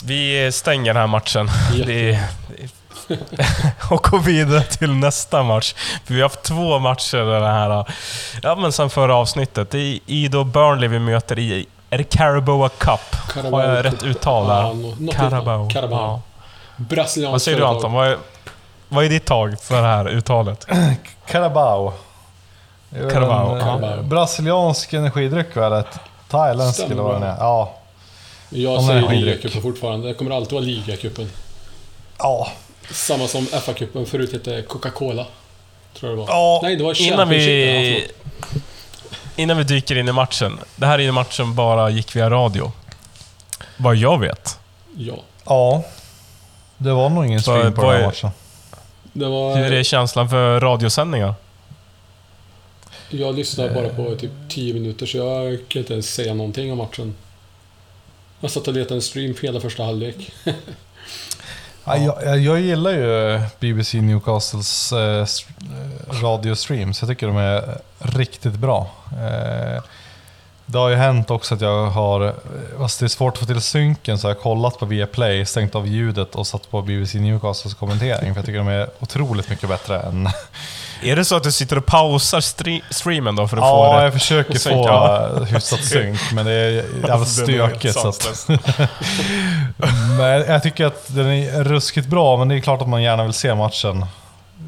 Vi stänger den här matchen. Jätte- Det är, och går vidare till nästa match. För vi har haft två matcher där det här... Ja, men sen förra avsnittet. Det är i då Burnley vi möter i... Är det Carabao Cup? Carabao. Har jag rätt uttal där? Ja, nå- något Carabao. liknande. Carabao. Ja. Brasilianskt Vad säger du företag. Anton? Vad är, vad är ditt tag för det här uttalet? Carabao. Det är väl Carabao, en, Carabao. eh, brasiliansk energidryck va? Eller ett thailändsk Stämmer eller vad den bra. är. Ja. Jag Om säger det är skitdryck. ligacupen fortfarande. Det kommer alltid vara ligacupen. Ja. Samma som F A-cupen. Förut hette Coca-Cola. Tror jag det var. Ja, Nej, det var Innan Championship. vi, Ja, förlåt. innan vi dyker in i matchen. Det här är ju matchen som bara gick via radio. Vad jag vet. ja. Ja. Det var nog ingen stream Vad- på vad den här är- matchen. Det var... Hur är känslan för radiosändningar? Jag lyssnade bara på typ tio minuter så jag kan inte ens säga någonting om matchen. Jag satt och letade en stream för hela första halvlek. Ja, jag, jag- jag gillar ju B B C Newcastles eh, st- eh, radiostreams. Jag tycker de är riktigt bra. Eh, det har ju hänt också att jag har, eh, fast det är svårt att få till synken, så har jag kollat på Viaplay, stängt av ljudet och satt på B B C Newcastles kommentering. För jag tycker de är otroligt mycket bättre än... Är det så att du sitter och pausar stre- streamen då för att få Ja, rätt? jag försöker synk, få ja. eh, hyfsat synk, men det är jävligt Alltså, den är stökigt. Så att, sanslös. men jag tycker att den är ruskigt bra, men det är klart att man gärna vill se matchen eh,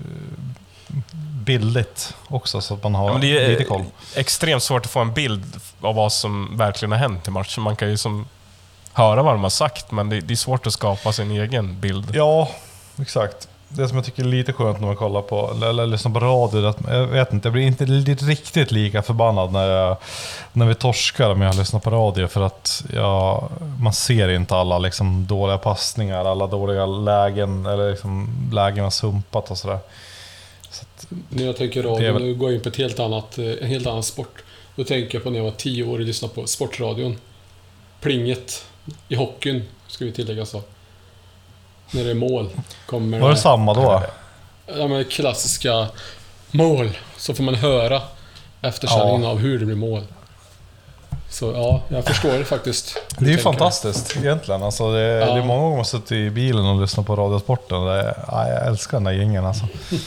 bildligt också, så att man har Ja, men det är lite koll. extremt svårt att få en bild av vad som verkligen har hänt i matchen. Man kan ju som höra vad de har sagt, men det, det är svårt att skapa sin egen bild. Ja, exakt. Det som jag tycker är lite skönt när man kollar på, eller, eller lyssnar på radio, är att, jag vet inte, jag blir inte li- riktigt lika förbannad när, jag, när vi torskar om jag lyssnar på radio, för att jag, man ser inte alla liksom dåliga passningar, alla dåliga lägen, eller liksom lägen har sumpat och sådär. Så att, När jag tänker Det är radio, väl- nu går jag in på ett helt annat, eh, en helt annan sport. Då tänker jag på när jag var tio år och lyssnade på sportradion. Plinget i hockeyn, ska vi tillägga så. När det är mål. Kommer var det det, samma då? ja, men klassiska mål. Så får man höra eftersändningen Ja. av hur det blir mål. Så ja, jag förstår det faktiskt. hur Det är du ju tänker. fantastiskt egentligen. Alltså det, Ja. det är många gånger man suttit i bilen och lyssnat på Radiosporten. Det är, ja, jag älskar den där gängen alltså.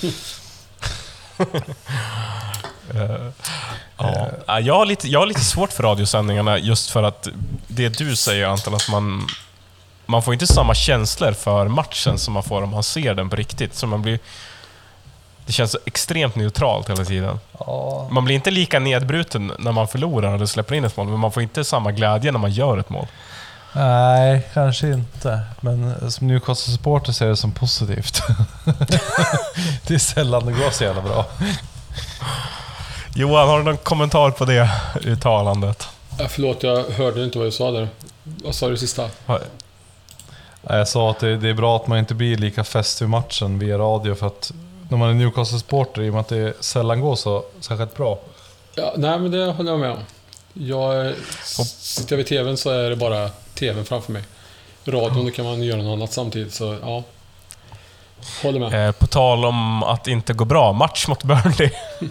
Ja. Ja, jag, har lite, jag har lite svårt för radiosändningarna just för att det du säger Anton, att man, man får inte samma känslor för matchen som man får om man ser den på riktigt. Så man blir, det känns så extremt neutralt hela tiden. Ja. Man blir inte lika nedbruten när man förlorar eller släpper in ett mål, men man får inte samma glädje när man gör ett mål. Nej, kanske inte. Men som Newcastle-supporter ser jag det som positivt. Det är sällan det går så jävla bra. Johan, har du någon kommentar på det uttalandet? Ja, förlåt, jag hörde inte vad du sa där. Vad sa du sista? Jag sa att det, det är bra att man inte blir lika fäst vid matchen via radio, för att när man är Newcastle-supporter, i och med att det sällan går så särskilt bra. Ja, nej, men det håller jag med om. Jag, sitter jag vid tvn så är det bara tvn framför mig. Radion, då kan man göra något annat samtidigt, så ja. Håller med. Eh, på tal om att inte gå bra, match mot Burnley.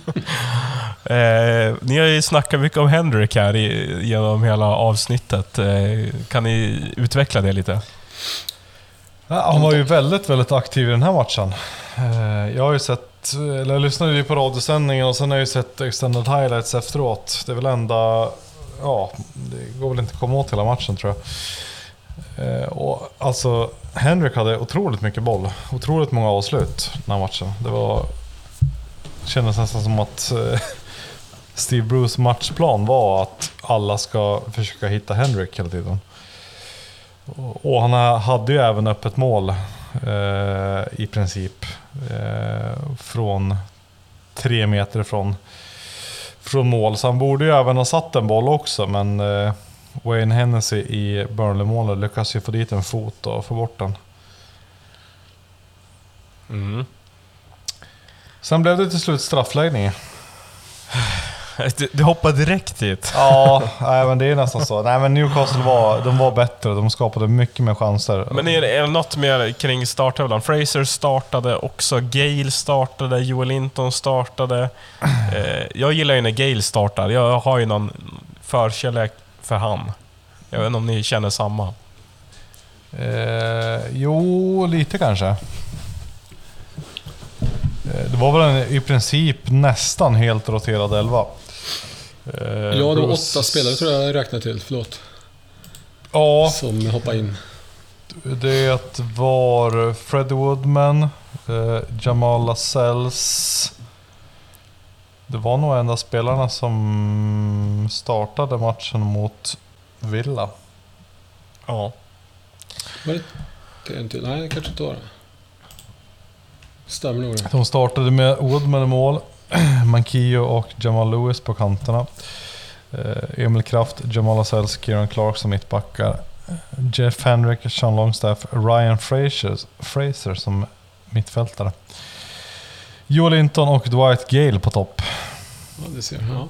eh, ni har ju snackat mycket om Hendrick här i, genom hela avsnittet. Eh, kan ni utveckla det lite? Ja, han var ju väldigt, väldigt aktiv i den här matchen. Eh, Jag har ju sett, eller jag lyssnade ju på radiosändningen och sen har jag ju sett extended highlights efteråt. Det är väl enda, ja, det går väl inte att komma åt hela matchen tror jag. Eh, Och alltså, Henrik hade otroligt mycket boll, otroligt många avslut den här matchen. Det var, det kändes nästan som att eh, Steve Bruce matchplan var att alla ska försöka hitta Henrik hela tiden. Och han hade ju även öppet mål eh, i princip eh, från tre meter från, från mål. Så han borde ju även ha satt en boll också, men eh, Wayne Hennessy i Burnley-målet lyckas ju få dit en fot och få bort den. Mm. Sen blev det till slut straffläggning. Du, du hoppar direkt hit. Ja, nej, men det är nästan så. Nej, men Newcastle var, de var bättre, de skapade mycket mer chanser. Men är det, är det något mer kring starttävlan? Fraser startade också, Gale startade, Joel Linton startade. Eh, jag gillar ju när Gale startar. Jag har ju någon förkärlek för han. Jag vet inte om ni känner samma. Eh, jo, lite kanske. Eh, det var väl en, i princip nästan helt roterad elva. Eh, Ja, det var Bruce- åtta spelare tror jag jag räknade till, förlåt. Ja, Som hoppade in. det var Freddie Woodman, eh, Jamal Lascelles. Det var nog enda spelarna som startade matchen mot Villa. Ja. Var det det en till? Nej, det kanske inte var det. Stämmer nog det. De startade med Woodman i mål, Mankio och Jamal Lewis på kanterna. Eh, Emil Kraft, Jamal Lascelles, Kieran Clark som mittbackar. Jeff Hendrick, Sean Longstaff, Ryan Fraser, Fraser som mittfältare. Joel Linton och Dwight Gale på topp. Ja, det ser jag. Ja.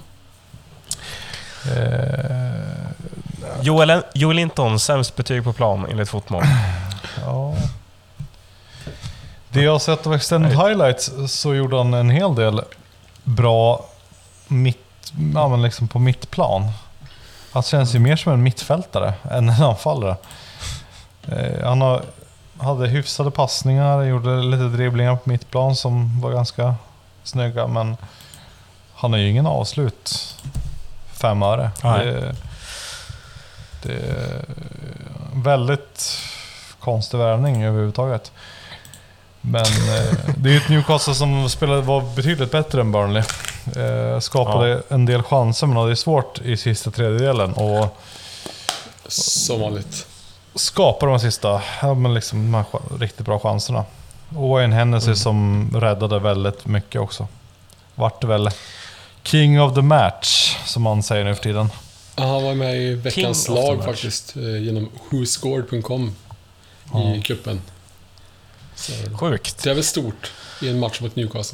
Eh, Joel, Joel Linton, sämst betyg på plan enligt Fotboll. ja. Det jag har sett av Extended Highlights så gjorde han en hel del bra mitt, ja, men liksom på mittplan. Han känns ju mer som en mittfältare än en anfallare. Eh, han har, hade hyfsade passningar, gjorde lite dribblingar på mittplan som var ganska snygga, men han har ju ingen avslut. Fem öre. Nej. Det, det är väldigt konstig värvning överhuvudtaget. Men eh, det är ju ett Newcastle som spelade, var betydligt bättre än Burnley. Eh, skapade Ja. en del chanser, men det är svårt i sista tredjedelen och Som vanligt. skapa de sista, ja, men liksom de här ch- riktigt bra chanserna. Och Wayne Hennessy Mm. som räddade väldigt mycket också. Vart väl King of the match, som man säger nu för tiden. Ja, han var med i veckans King of the lag match. faktiskt. eh, Genom who scored punkt com Ja. i cupen. Så Sjukt. det är väl stort i en match mot Newcastle.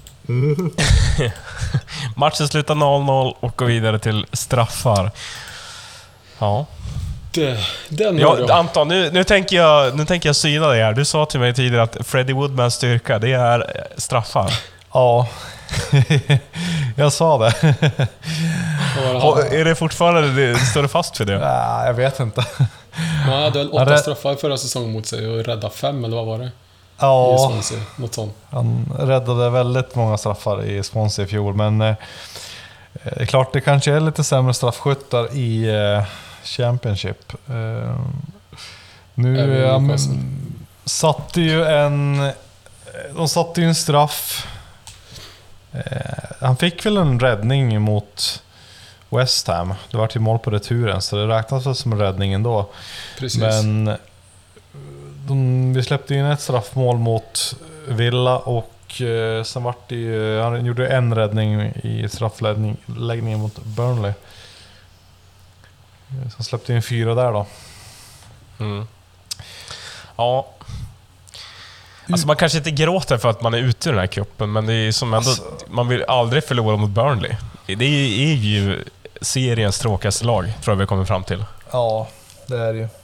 Matchen slutar noll noll och går vidare till straffar. Ja. Det, den Ja, har jag. Anton, nu, nu, tänker jag, nu tänker jag syna dig här. Du sa till mig tidigare att Freddie Woodmans styrka, det är eh, straffar. Ja, jag sa det. Vad var det Och han- är det fortfarande, det, står du fast för det? Nej, jag vet inte. Man hade väl Ja, åtta det- straffar förra säsongen mot sig och rädda fem, eller vad var det? I Ja, Swansea, något sånt. han räddade väldigt många straffar i Swansea i fjol, men eh, det är klart det kanske är lite sämre straffskyttar i eh, Championship. Eh, nu Även i ja, men, Newcastle. satte ju en... De satte ju en straff. Eh, han fick väl en räddning mot West Ham. Det var till mål på returen, så det räknas väl som en räddning ändå. Precis. Men de, vi släppte in ett straffmål mot Villa och eh, sen vart det ju, han gjorde en räddning i straffläggningen mot Burnley. Eh, Så han släppte in fyra där då. Mm. Ja. Alltså man kanske inte gråter för att man är ute i den här cupen, men det är som ändå, Alltså- man vill aldrig förlora mot Burnley. Det är, är ju seriens tråkigaste lag, tror jag vi kommer fram till. Ja, det är det ju.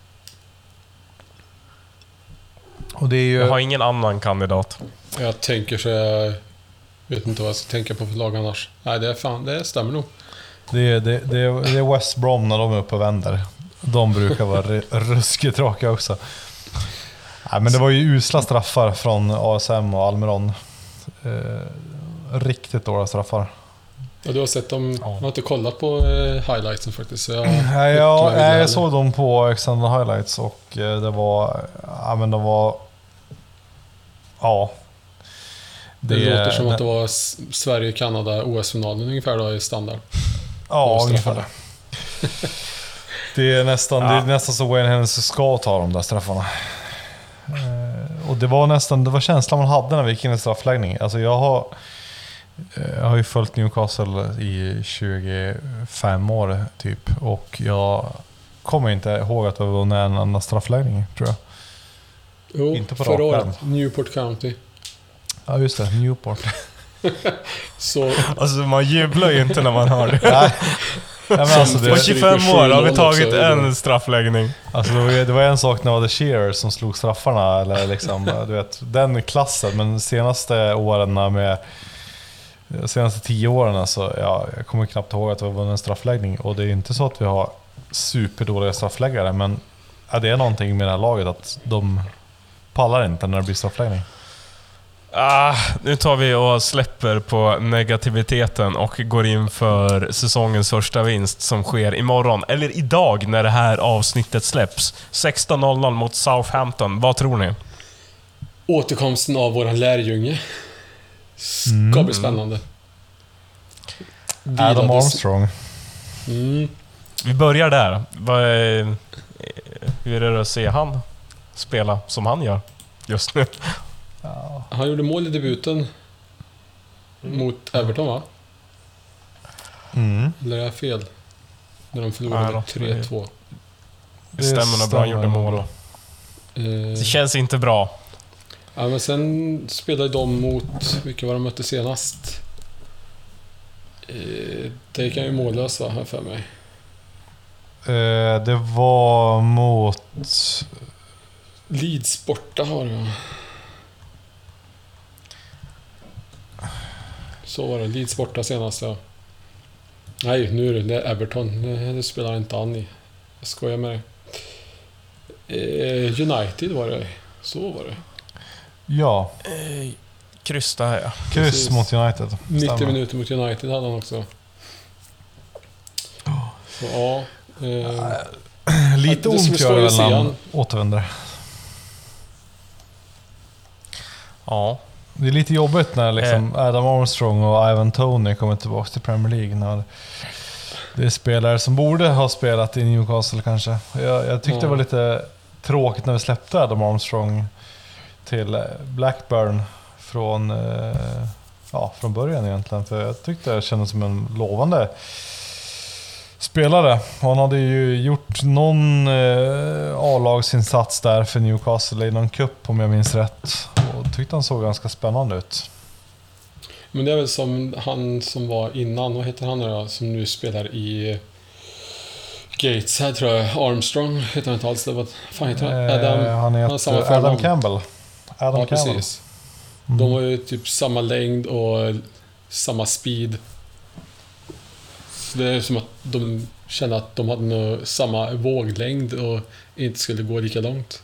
Och det är ju... Jag har ingen annan kandidat. Jag tänker så jag vet inte vad jag ska tänka på för lag annars. Nej, det är fan, det stämmer nog. Det är, det, det, är, det är West Brom när de är uppe och vänder. De brukar vara ru- ruskigt tråkiga också. Nej, men det var ju usla straffar från A S M och Almiron. Eh, riktigt dåliga straffar. Ja, du har sett dem, Ja. jag har inte kollat på eh, highlightsen faktiskt. Så jag, Nej, jag, tyvärr nej, inte jag såg dem på Extended Highlights och eh, det var... Ja, men de var... Ja. det, låter som att det var S- Sverige-Kanada-O S-finalen ungefär då i standard. Ja, och ungefär. straffar. Det är nästan, Ja. det är nästan så Wayne Hennessy ska ta de där straffarna. Eh, och det var nästan, det var känslan man hade när vi gick in i straffläggning. Alltså jag har, eh, jag har ju följt Newcastle i tjugofem år typ. Och jag kommer inte ihåg att det var en enda straffläggning, tror jag. Jo, Inte på förra rak arm. året, Newport County. Ja just det, Newport. Så Alltså man jublar ju inte när man hör det. Nej. Nej, men alltså, På det, tjugofem år har vi tagit också, en straffläggning. alltså det, var, ju- det var en sak när det var The Shearers som slog straffarna, eller liksom, du vet, den klassen. Men senaste åren med senaste tio åren, alltså, ja, jag kommer knappt ihåg att det var en straffläggning. Och det är inte så att vi har superdåliga straffläggare, men är det någonting med det här laget att de pallar inte när det blir straffläggning? Ah, nu tar vi och släpper på negativiteten och går in för säsongens första vinst som sker imorgon, eller idag när det här avsnittet släpps. sexton noll noll mot Southampton. Vad tror ni? Återkomsten av våran lärjunge ska Mm. bli spännande. Adam Vilades- Armstrong. Mm. Vi börjar där. Vad är, hur är det att se han spela som han gör just nu? Ja. Han gjorde mål i debuten mot Everton, va? Mm. Eller är jag fel? När de Nej förlorade då, tre två. Det stämmer när Brian gjorde mål. Eh, Det känns inte bra. ja, men sen spelade de mot... Vilka var de mötte senast? Eh, det kan ju mållös, va? Här för mig. Eh, det var mot... Leeds borta har det, va? Så var det. Leeds borta senast, ja. Nej, nu är det, det är Everton. Det, det spelar inte han i. Jag skojar med dig. Eh, United var det. Så var det. Ja, Eh, kryss där, ja. kryss Precis. mot United. nittio Stämmer. minuter mot United hade han också. Så ja. Eh, Lite Det ska ont bli gör det skoj väl att se när han han. återvänder. Ja. Det är lite jobbigt när liksom Adam Armstrong och Ivan Toney kommer tillbaka till Premier League. När det är spelare som borde ha spelat i Newcastle kanske. Jag, jag tyckte Ja. det var lite tråkigt när vi släppte Adam Armstrong till Blackburn från, eh, ja, från början egentligen. För jag tyckte det kändes som en lovande spelare. Han hade ju gjort någon eh, A-lagsinsats där för Newcastle i någon cup om jag minns rätt. Och tyckte han såg ganska spännande ut. men det är väl som han som var innan. Vad heter han nu då? Som nu spelar i Gateshead, tror jag. Armstrong heter han inte alls. Det var, fan heter han? Adam, Eh, han har samma heter Adam förnamn. Campbell. Adam ja, Campbell. precis. Mm. De har ju typ samma längd och samma speed. Så det är som att de kände att de hade nog samma våglängd och inte skulle gå lika långt.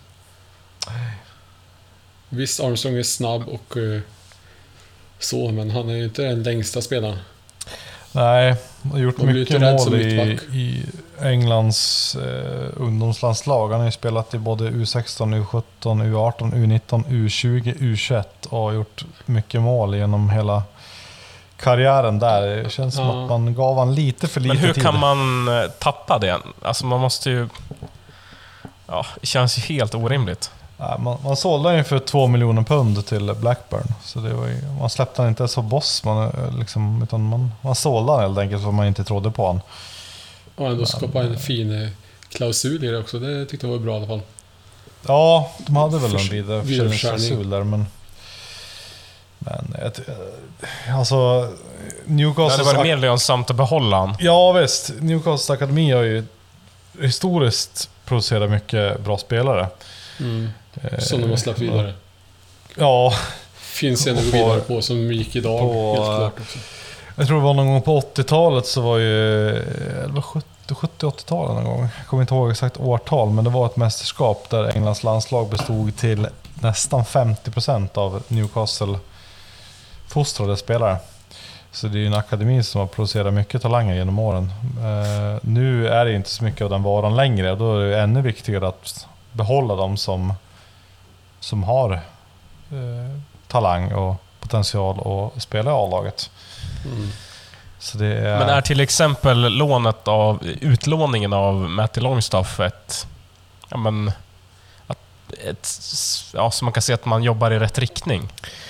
Visst, Armstrong är snabb och eh, så, men han är ju inte den längsta spelaren. Nej, har gjort Man blir mycket inte rädd som mål i, mittback. i Englands eh, ungdomslandslag. Han har ju spelat i både U sexton, U sjutton, U arton, U nitton, U tjugo, U tjugoett och har gjort mycket mål genom hela karriären där. Det känns som Ja. att man gav han lite för lite Men hur tid. kan man eh, tappa det? Alltså man måste ju... Ja, det känns ju helt orimligt. Nej, man, man sålde han ju för två miljoner pund till Blackburn. Så det var ju, man släppte han inte så boss, man, eh, liksom, utan man, man sålde han helt enkelt för man inte trodde på han. Och ändå skapa en fin eh, klausul i det också. Det tyckte jag var bra i alla fall. Ja, de hade väl en Förs- vidareförsäljningsklausul där, men... Men ett, eh, alltså... Det Newcastle... hade varit mer lönsamt att behålla han. Ja visst, Newcastle Akademi har ju historiskt producerat mycket bra spelare. Mm. Eh, Som de har släppt vidare. Ja, Finns en att gå på- vidare på som gick idag, på- helt klart också. jag tror det var någon gång på åttiotalet så var ju... Eller var sjuttio, sjuttio åttiotalet någon gång. Jag kommer inte ihåg exakt årtal, men det var ett mästerskap där Englands landslag bestod till nästan femtio procent av Newcastle fostrade spelare. Så det är ju en akademi som har producerat mycket talanger genom åren. Eh, nu är det inte så mycket av den varan längre. Då är det ännu viktigare att behålla dem som, som har eh, talang och potential att spela i A-laget. Mm. Så det är... Men är till exempel lånet av... Utlåningen av Matty Longstaff ett... Ja men... Att, ett, ja, så man kan se att man jobbar i rätt riktning.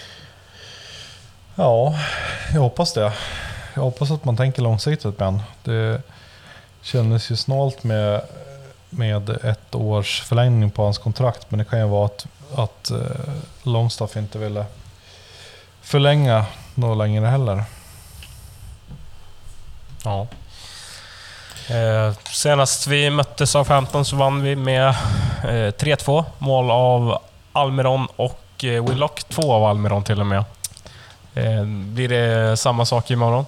Ja, jag hoppas det. Jag hoppas att man tänker långsiktigt, men det kändes ju snålt med, med ett års förlängning på hans kontrakt. Men det kan ju vara att, att eh, Longstaff inte ville förlänga något längre heller. Ja. Eh, senast vi mötte Southampton så vann vi med eh, tre två. Mål av Almiron och eh, Willock. Två av Almiron till och med. Eh, blir det samma sak imorgon?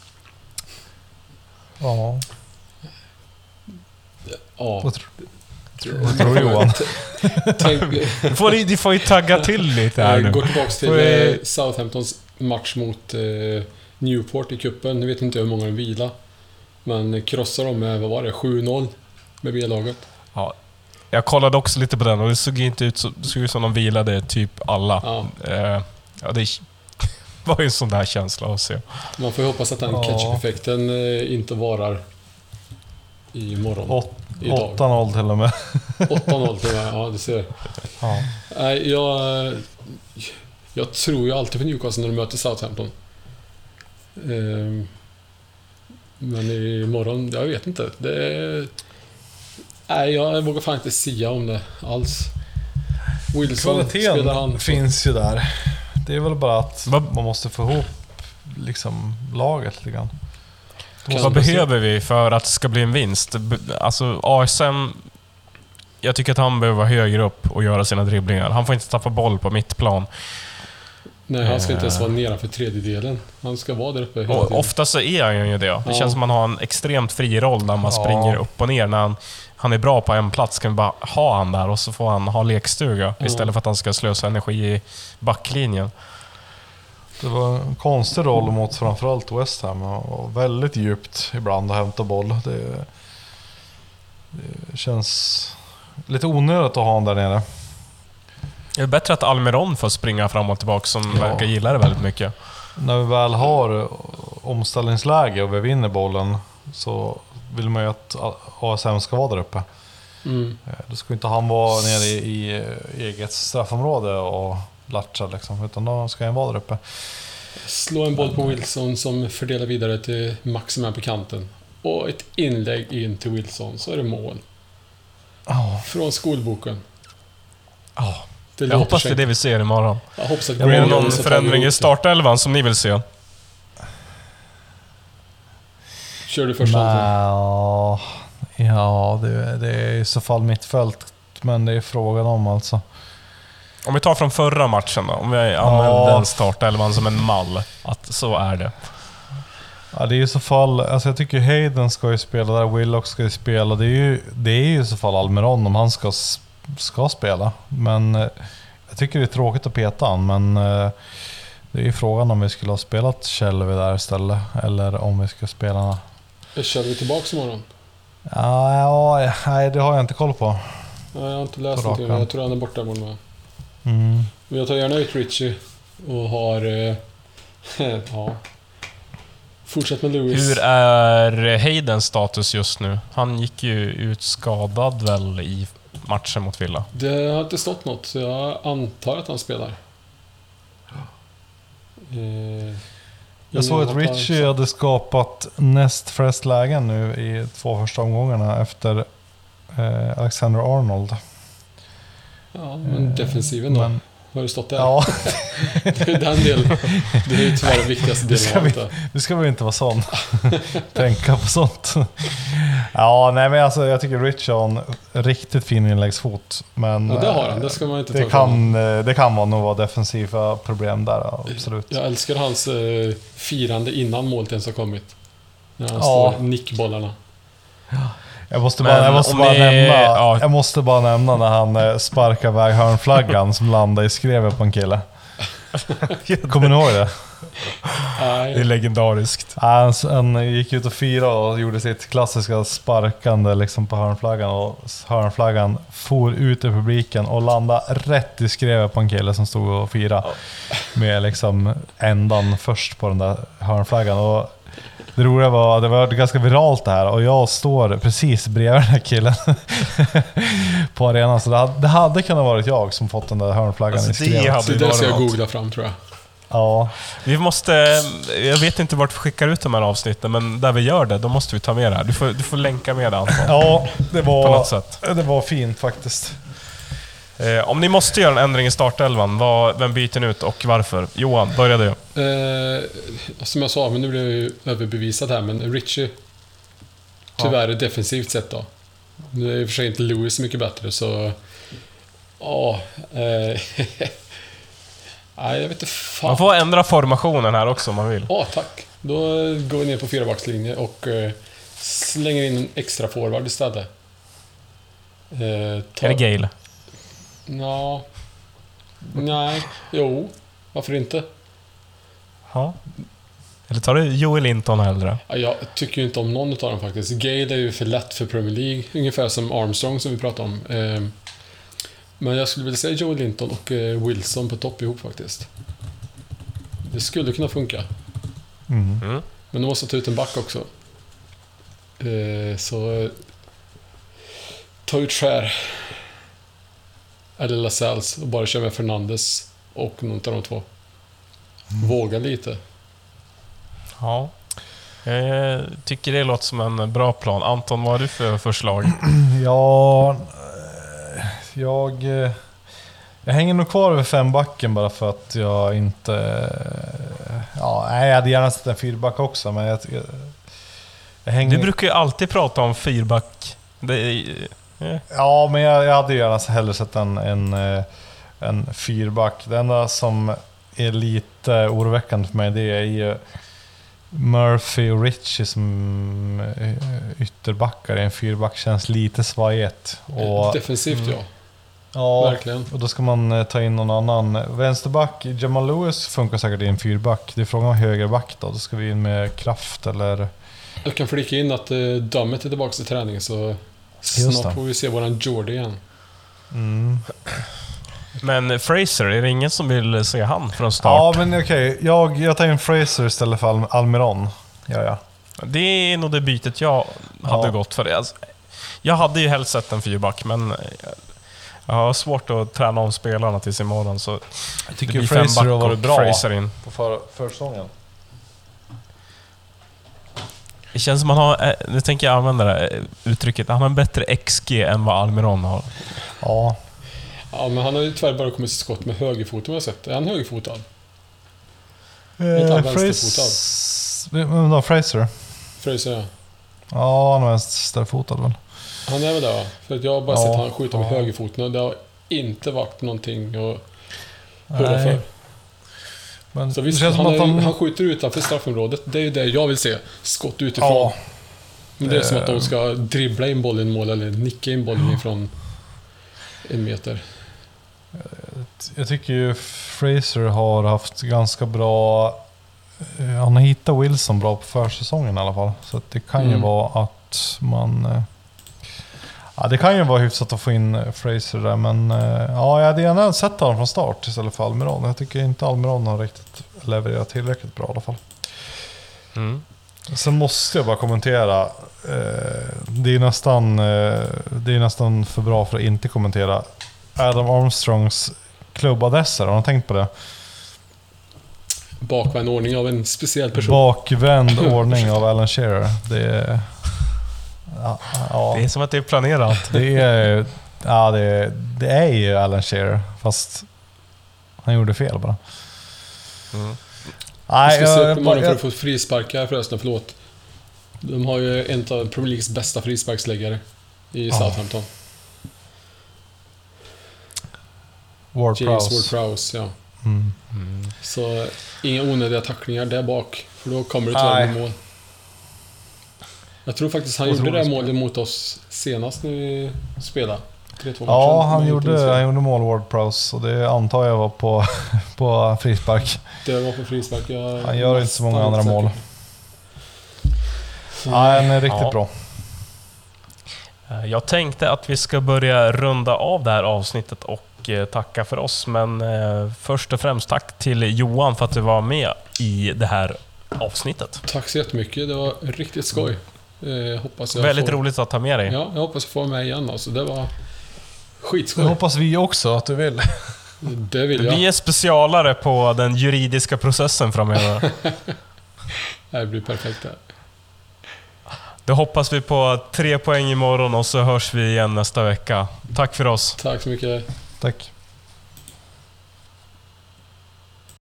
Ja, Ja, vad tror Vad tror du, Johan? Tänk, Du får, du får ju tagga till lite här nu. Gå tillbaka till Får jag- eh, Southamptons match mot eh, Newport i kuppen. Nu vet inte hur många de vila. Men krossar de med, vad var det, sju noll med B-laget. Ja. Jag kollade också lite på den och det såg inte ut så, det såg ut som de vilade typ alla. Ja. Eh, ja, det var ju en sån där känsla att se. Man får ju hoppas att den Ja. ketchup-effekten eh, inte varar imorgon. Åt- Idag. åtta noll till och med. åtta noll till och med, ja du ser. Ja. Nej, jag, jag tror ju alltid på Newcastle när de möter Southampton. Ehm, Men imorgon, jag vet inte. Det, nej, jag vågar fan inte sia om det alls. Wilson spelar han. Kvaliteten finns ju där. Det är väl bara att Vad- man måste få ihop liksom laget lite grann. Kan Vad du se- behöver vi för att det ska bli en vinst? B- Alltså A S M, jag tycker att han behöver vara högre upp och göra sina dribblingar. Han får inte tappa boll på mittplan. Nej, han ska inte ens Eh. vara nedanför tredjedelen. Han ska vara där uppe hela Och tiden. ofta så är han ju det. Det Ja. känns som att han har en extremt fri roll när man Ja. springer upp och ner. När han, han är bra på en plats kan vi bara ha han där och så får han ha lekstuga Ja. istället för att han ska slösa energi i backlinjen. Det var en konstig roll mot framförallt West Ham och väldigt djupt ibland att hämta boll. Det, det känns lite onödigt att ha honom där nere. Det är bättre att Almiron får springa fram och tillbaka som Ja. verkar gilla det väldigt mycket. När vi väl har omställningsläge och vi vinner bollen så vill man ju att A S M ska vara där uppe. Mm. Då ska inte han vara nere i, i eget straffområde och latcha liksom, utan då ska han vara där uppe. Slå en boll på Wilson som fördelar vidare till Maximan på kanten. Och ett inlägg in till Wilson, så är det mål. Ja. Från skolboken. Ja. Det Jag låter hoppas det är sig- det vi ser imorgon. Jag hoppas att Är det Graham någon Jones har förändring tagit i ihop startelvan som ni vill se? det. Kör du första halvlek? Nja, ja, det, det är i så fall mittfält, men det är frågan om alltså. Om vi tar från förra matchen då, om vi använder Ja. den startelvan som en mall, att så är det. Ja, det är i så fall, alltså jag tycker Hayden ska ju spela där, Willock ska ju spela. Det är ju, det är ju i så fall Almiron om han ska, s- ska spela. Men eh, jag tycker det är tråkigt att peta han, men eh, det är ju frågan om vi skulle ha spelat Shelby där istället, eller om vi ska spela... Kör vi tillbaka imorgon? Ja, ja, nej, det har jag inte koll på. Ja, jag har inte läst På någonting, rakan. men jag tror han är borta imorgon med. Mm. Men jag tar gärna ut Richie och har... Eh, ja. Fortsätt med Lewis. Hur är Haydens status just nu? Han gick ju ut skadad väl i matchen mot Villa. Det har inte stått något, så jag antar att han spelar. Eh, Jag såg att ingen har Richie tagit- hade skapat näst flest lägen nu i två första omgångarna efter eh, Alexander Arnold. Ja, men defensiven då? Men, Har du stått där? ja, Det är den delen. Det är ju tyvärr den viktigaste Det ska delen vi- av det. det ska väl inte vara sån. Tänka på sånt. Ja, nej men alltså jag tycker Richie har en riktigt fin inläggsfot. Men Ja, det har han. eh, Det ska man inte det ta ifrån. kan, eh, det kan vara nog vara defensiva problem där, ja, absolut. Jag älskar hans eh, firande innan målet ens har kommit. När han Ja. slår nickbollarna. Jag måste Men bara, jag måste om bara ni- nämna, ja. jag måste bara nämna när han eh, sparkar iväg hörnflaggan som landade i skrevet på en kille. Kommer ni ihåg det? Det är Nej. legendariskt. Han, han gick ut och firade och gjorde sitt klassiska sparkande liksom på hörnflaggan, och hörnflaggan for ut i publiken och landade rätt i skrevet på en kille som stod och firade med liksom ändan först på den där hörnflaggan. Och det roliga var, det var ganska viralt det här, och jag står precis bredvid den här killen på arenan, så det hade, det hade kunnat varit jag som fått den där hörnflaggan Alltså, i det skrevet. hade- Så det där ska jag var något. googla fram, tror jag. Ja, Vi måste... Jag vet inte vart vi skickar ut de här avsnitten, men där vi gör det, då måste vi ta med det här. Du får, du får länka med det, Anton. ja det, På var, något sätt. det var fint faktiskt. Eh, om ni måste göra en ändring i startelvan, vad, vem byter ni ut och varför? Johan, börja du. Eh, som jag sa, men nu blir jag ju överbevisad här, men Richie... Tyvärr defensivt sett då. Nu är i och för sig inte Lewis mycket bättre, så... Ja... Eh, nej, jag vet inte fan. Man får ändra formationen här också om man vill. Ja, tack. Då går vi ner på fyrabackslinje och eh, slänger in en extra forward istället. Eh, ta... Är det Gale? Nå... Nej, jo. Varför inte? Ja. Eller tar du Joel Linton hellre? Ja, jag tycker ju inte om någon av dem faktiskt. Gale är ju för lätt för Premier League. Ungefär som Armstrong som vi pratade om. Eh, men jag skulle vilja säga Joel Linton och eh, Wilson på topp ihop faktiskt. Det skulle kunna funka. Mm. Mm. Men du måste ta ut en back också. Eh, så... Eh, ta ut Skär. Eller Lascelles och bara köra med Fernandes och någon av de två. Våga lite. Ja. Jag tycker det låter som en bra plan. Anton, vad har du för förslag? Ja, eh, jag... eh, Jag hänger nog kvar över fembacken bara för att jag inte... eh, Ja, nej, jag hade gärna sett en fyrback också, men jag... jag, jag hänger... Du brukar ju alltid prata om fyrback. Det är, eh. Ja, men jag, jag hade gärna hellre sett en, en, eh, en fyrback. Det enda som är lite oroväckande för mig, det är ju Murphy och Ritchie som eh, ytterbackar i en fyrback känns lite svajigt. Och, Defensivt, Mm. ja. ja, Verkligen. och då ska man eh, ta in någon annan. Vänsterback, Jamal Lewis funkar säkert i en fyrback. Det är frågan om högerback då. Då ska vi in med Kraft eller... Jag kan flika in att eh, Dummet är tillbaka till träning, så Just snart det. får vi se våran Jordi igen. Mm. Men Fraser, är det ingen som vill se han från Ja, start? men okej. Jag, jag tar in Fraser istället för Al- Almiron. Ja, ja. Det är nog det bytet jag hade Ja. gått för. Alltså, jag hade ju helst sett en fyrback, men jag har svårt att träna om spelarna tills imorgon. Så Jag det tycker blir Fraser femback har varit och bra Fraser in. på för, försäsongen. Det känns som man har, eh, nu tänker jag använda det eh, uttrycket, han har en bättre X G än vad Almiron har. Ja. Ja, men han har ju tyvärr bara kommit till skott med högerfoten, har jag sett. Är han högerfotad? inte Eh, han Fras- vänsterfotad? Vem då? Fraser? Fraser, ja. Ja, han är vänsterfotad väl. Han är väl där, va? För att jag har bara Ja, sett han skjuta med ja. högerfoten och det har inte varit någonting att hurra Nej. för. Men Så det visst, känns han, som att har, ju- han... han skjuter utanför straffområdet. Det är ju det jag vill se. Skott utifrån. Ja. Men det är som att de Eh. ska dribbla in bollen i mål eller nicka in bollen ifrån en meter. Jag tycker ju Fraser har haft ganska bra... eh, Han har hittat Wilson bra på försäsongen i alla fall. Så att det kan ju Mm. vara att man... eh, Ja, det kan ju vara hyfsat att få in Fraser där, men eh, ja, jag hade gärna sett honom från start istället för Almiron. Jag tycker inte Almiron har riktigt levererat tillräckligt bra i alla fall. Mm. Sen måste jag bara kommentera. Eh, det är nästan eh, det är nästan för bra för att inte kommentera Adam Armstrongs klubbadresser. Har ni tänkt på det? Bakvänd ordning av en speciell person. Bakvänd ordning av Alan Shearer. Det är... Ja, ja, Det är som att det är planerat. det är... Ja, det är, det är ju Alan Shearer, fast han gjorde fel bara. Mm. Jag Nej, ska se upp jag, imorgon för jag, att få frisparkar förresten, förlåt. De har ju en av Premier Leagues bästa frisparksläggare i Ja. Southampton. Ward James Prowse. Ward-Prowse, ja. Mm. Mm. Så inga onödiga tacklingar där bak, för då kommer det tyvärr Nej. med mål. Jag tror faktiskt han Otroligt gjorde det här spel. målet mot oss senast när vi spelade. tre två Ja, matchen. han Men gjorde, inte han gjorde mål, Ward Prowse, och det antar jag var på, på frispark. Det var på frispark. Jag Han gör inte så många nästan andra säker. mål. Så- Ja, han är riktigt Ja. bra. Eh, Jag tänkte att vi ska börja runda av det här avsnittet och eh, tacka för oss, men eh, först och främst tack till Johan för att du var med i det här avsnittet. Tack så jättemycket. Det var riktigt skoj. Eh, hoppas jag Väldigt får... roligt att ha med dig. Ja, jag hoppas jag får vara med igen. Alltså. Det var Det skitskoj. hoppas vi också att du vill. Det vill jag. Vi är specialare på den juridiska processen framöver. Det blir perfekt. Det. Då hoppas vi på tre poäng imorgon och så hörs vi igen nästa vecka. Tack för oss. Tack så mycket. Tack.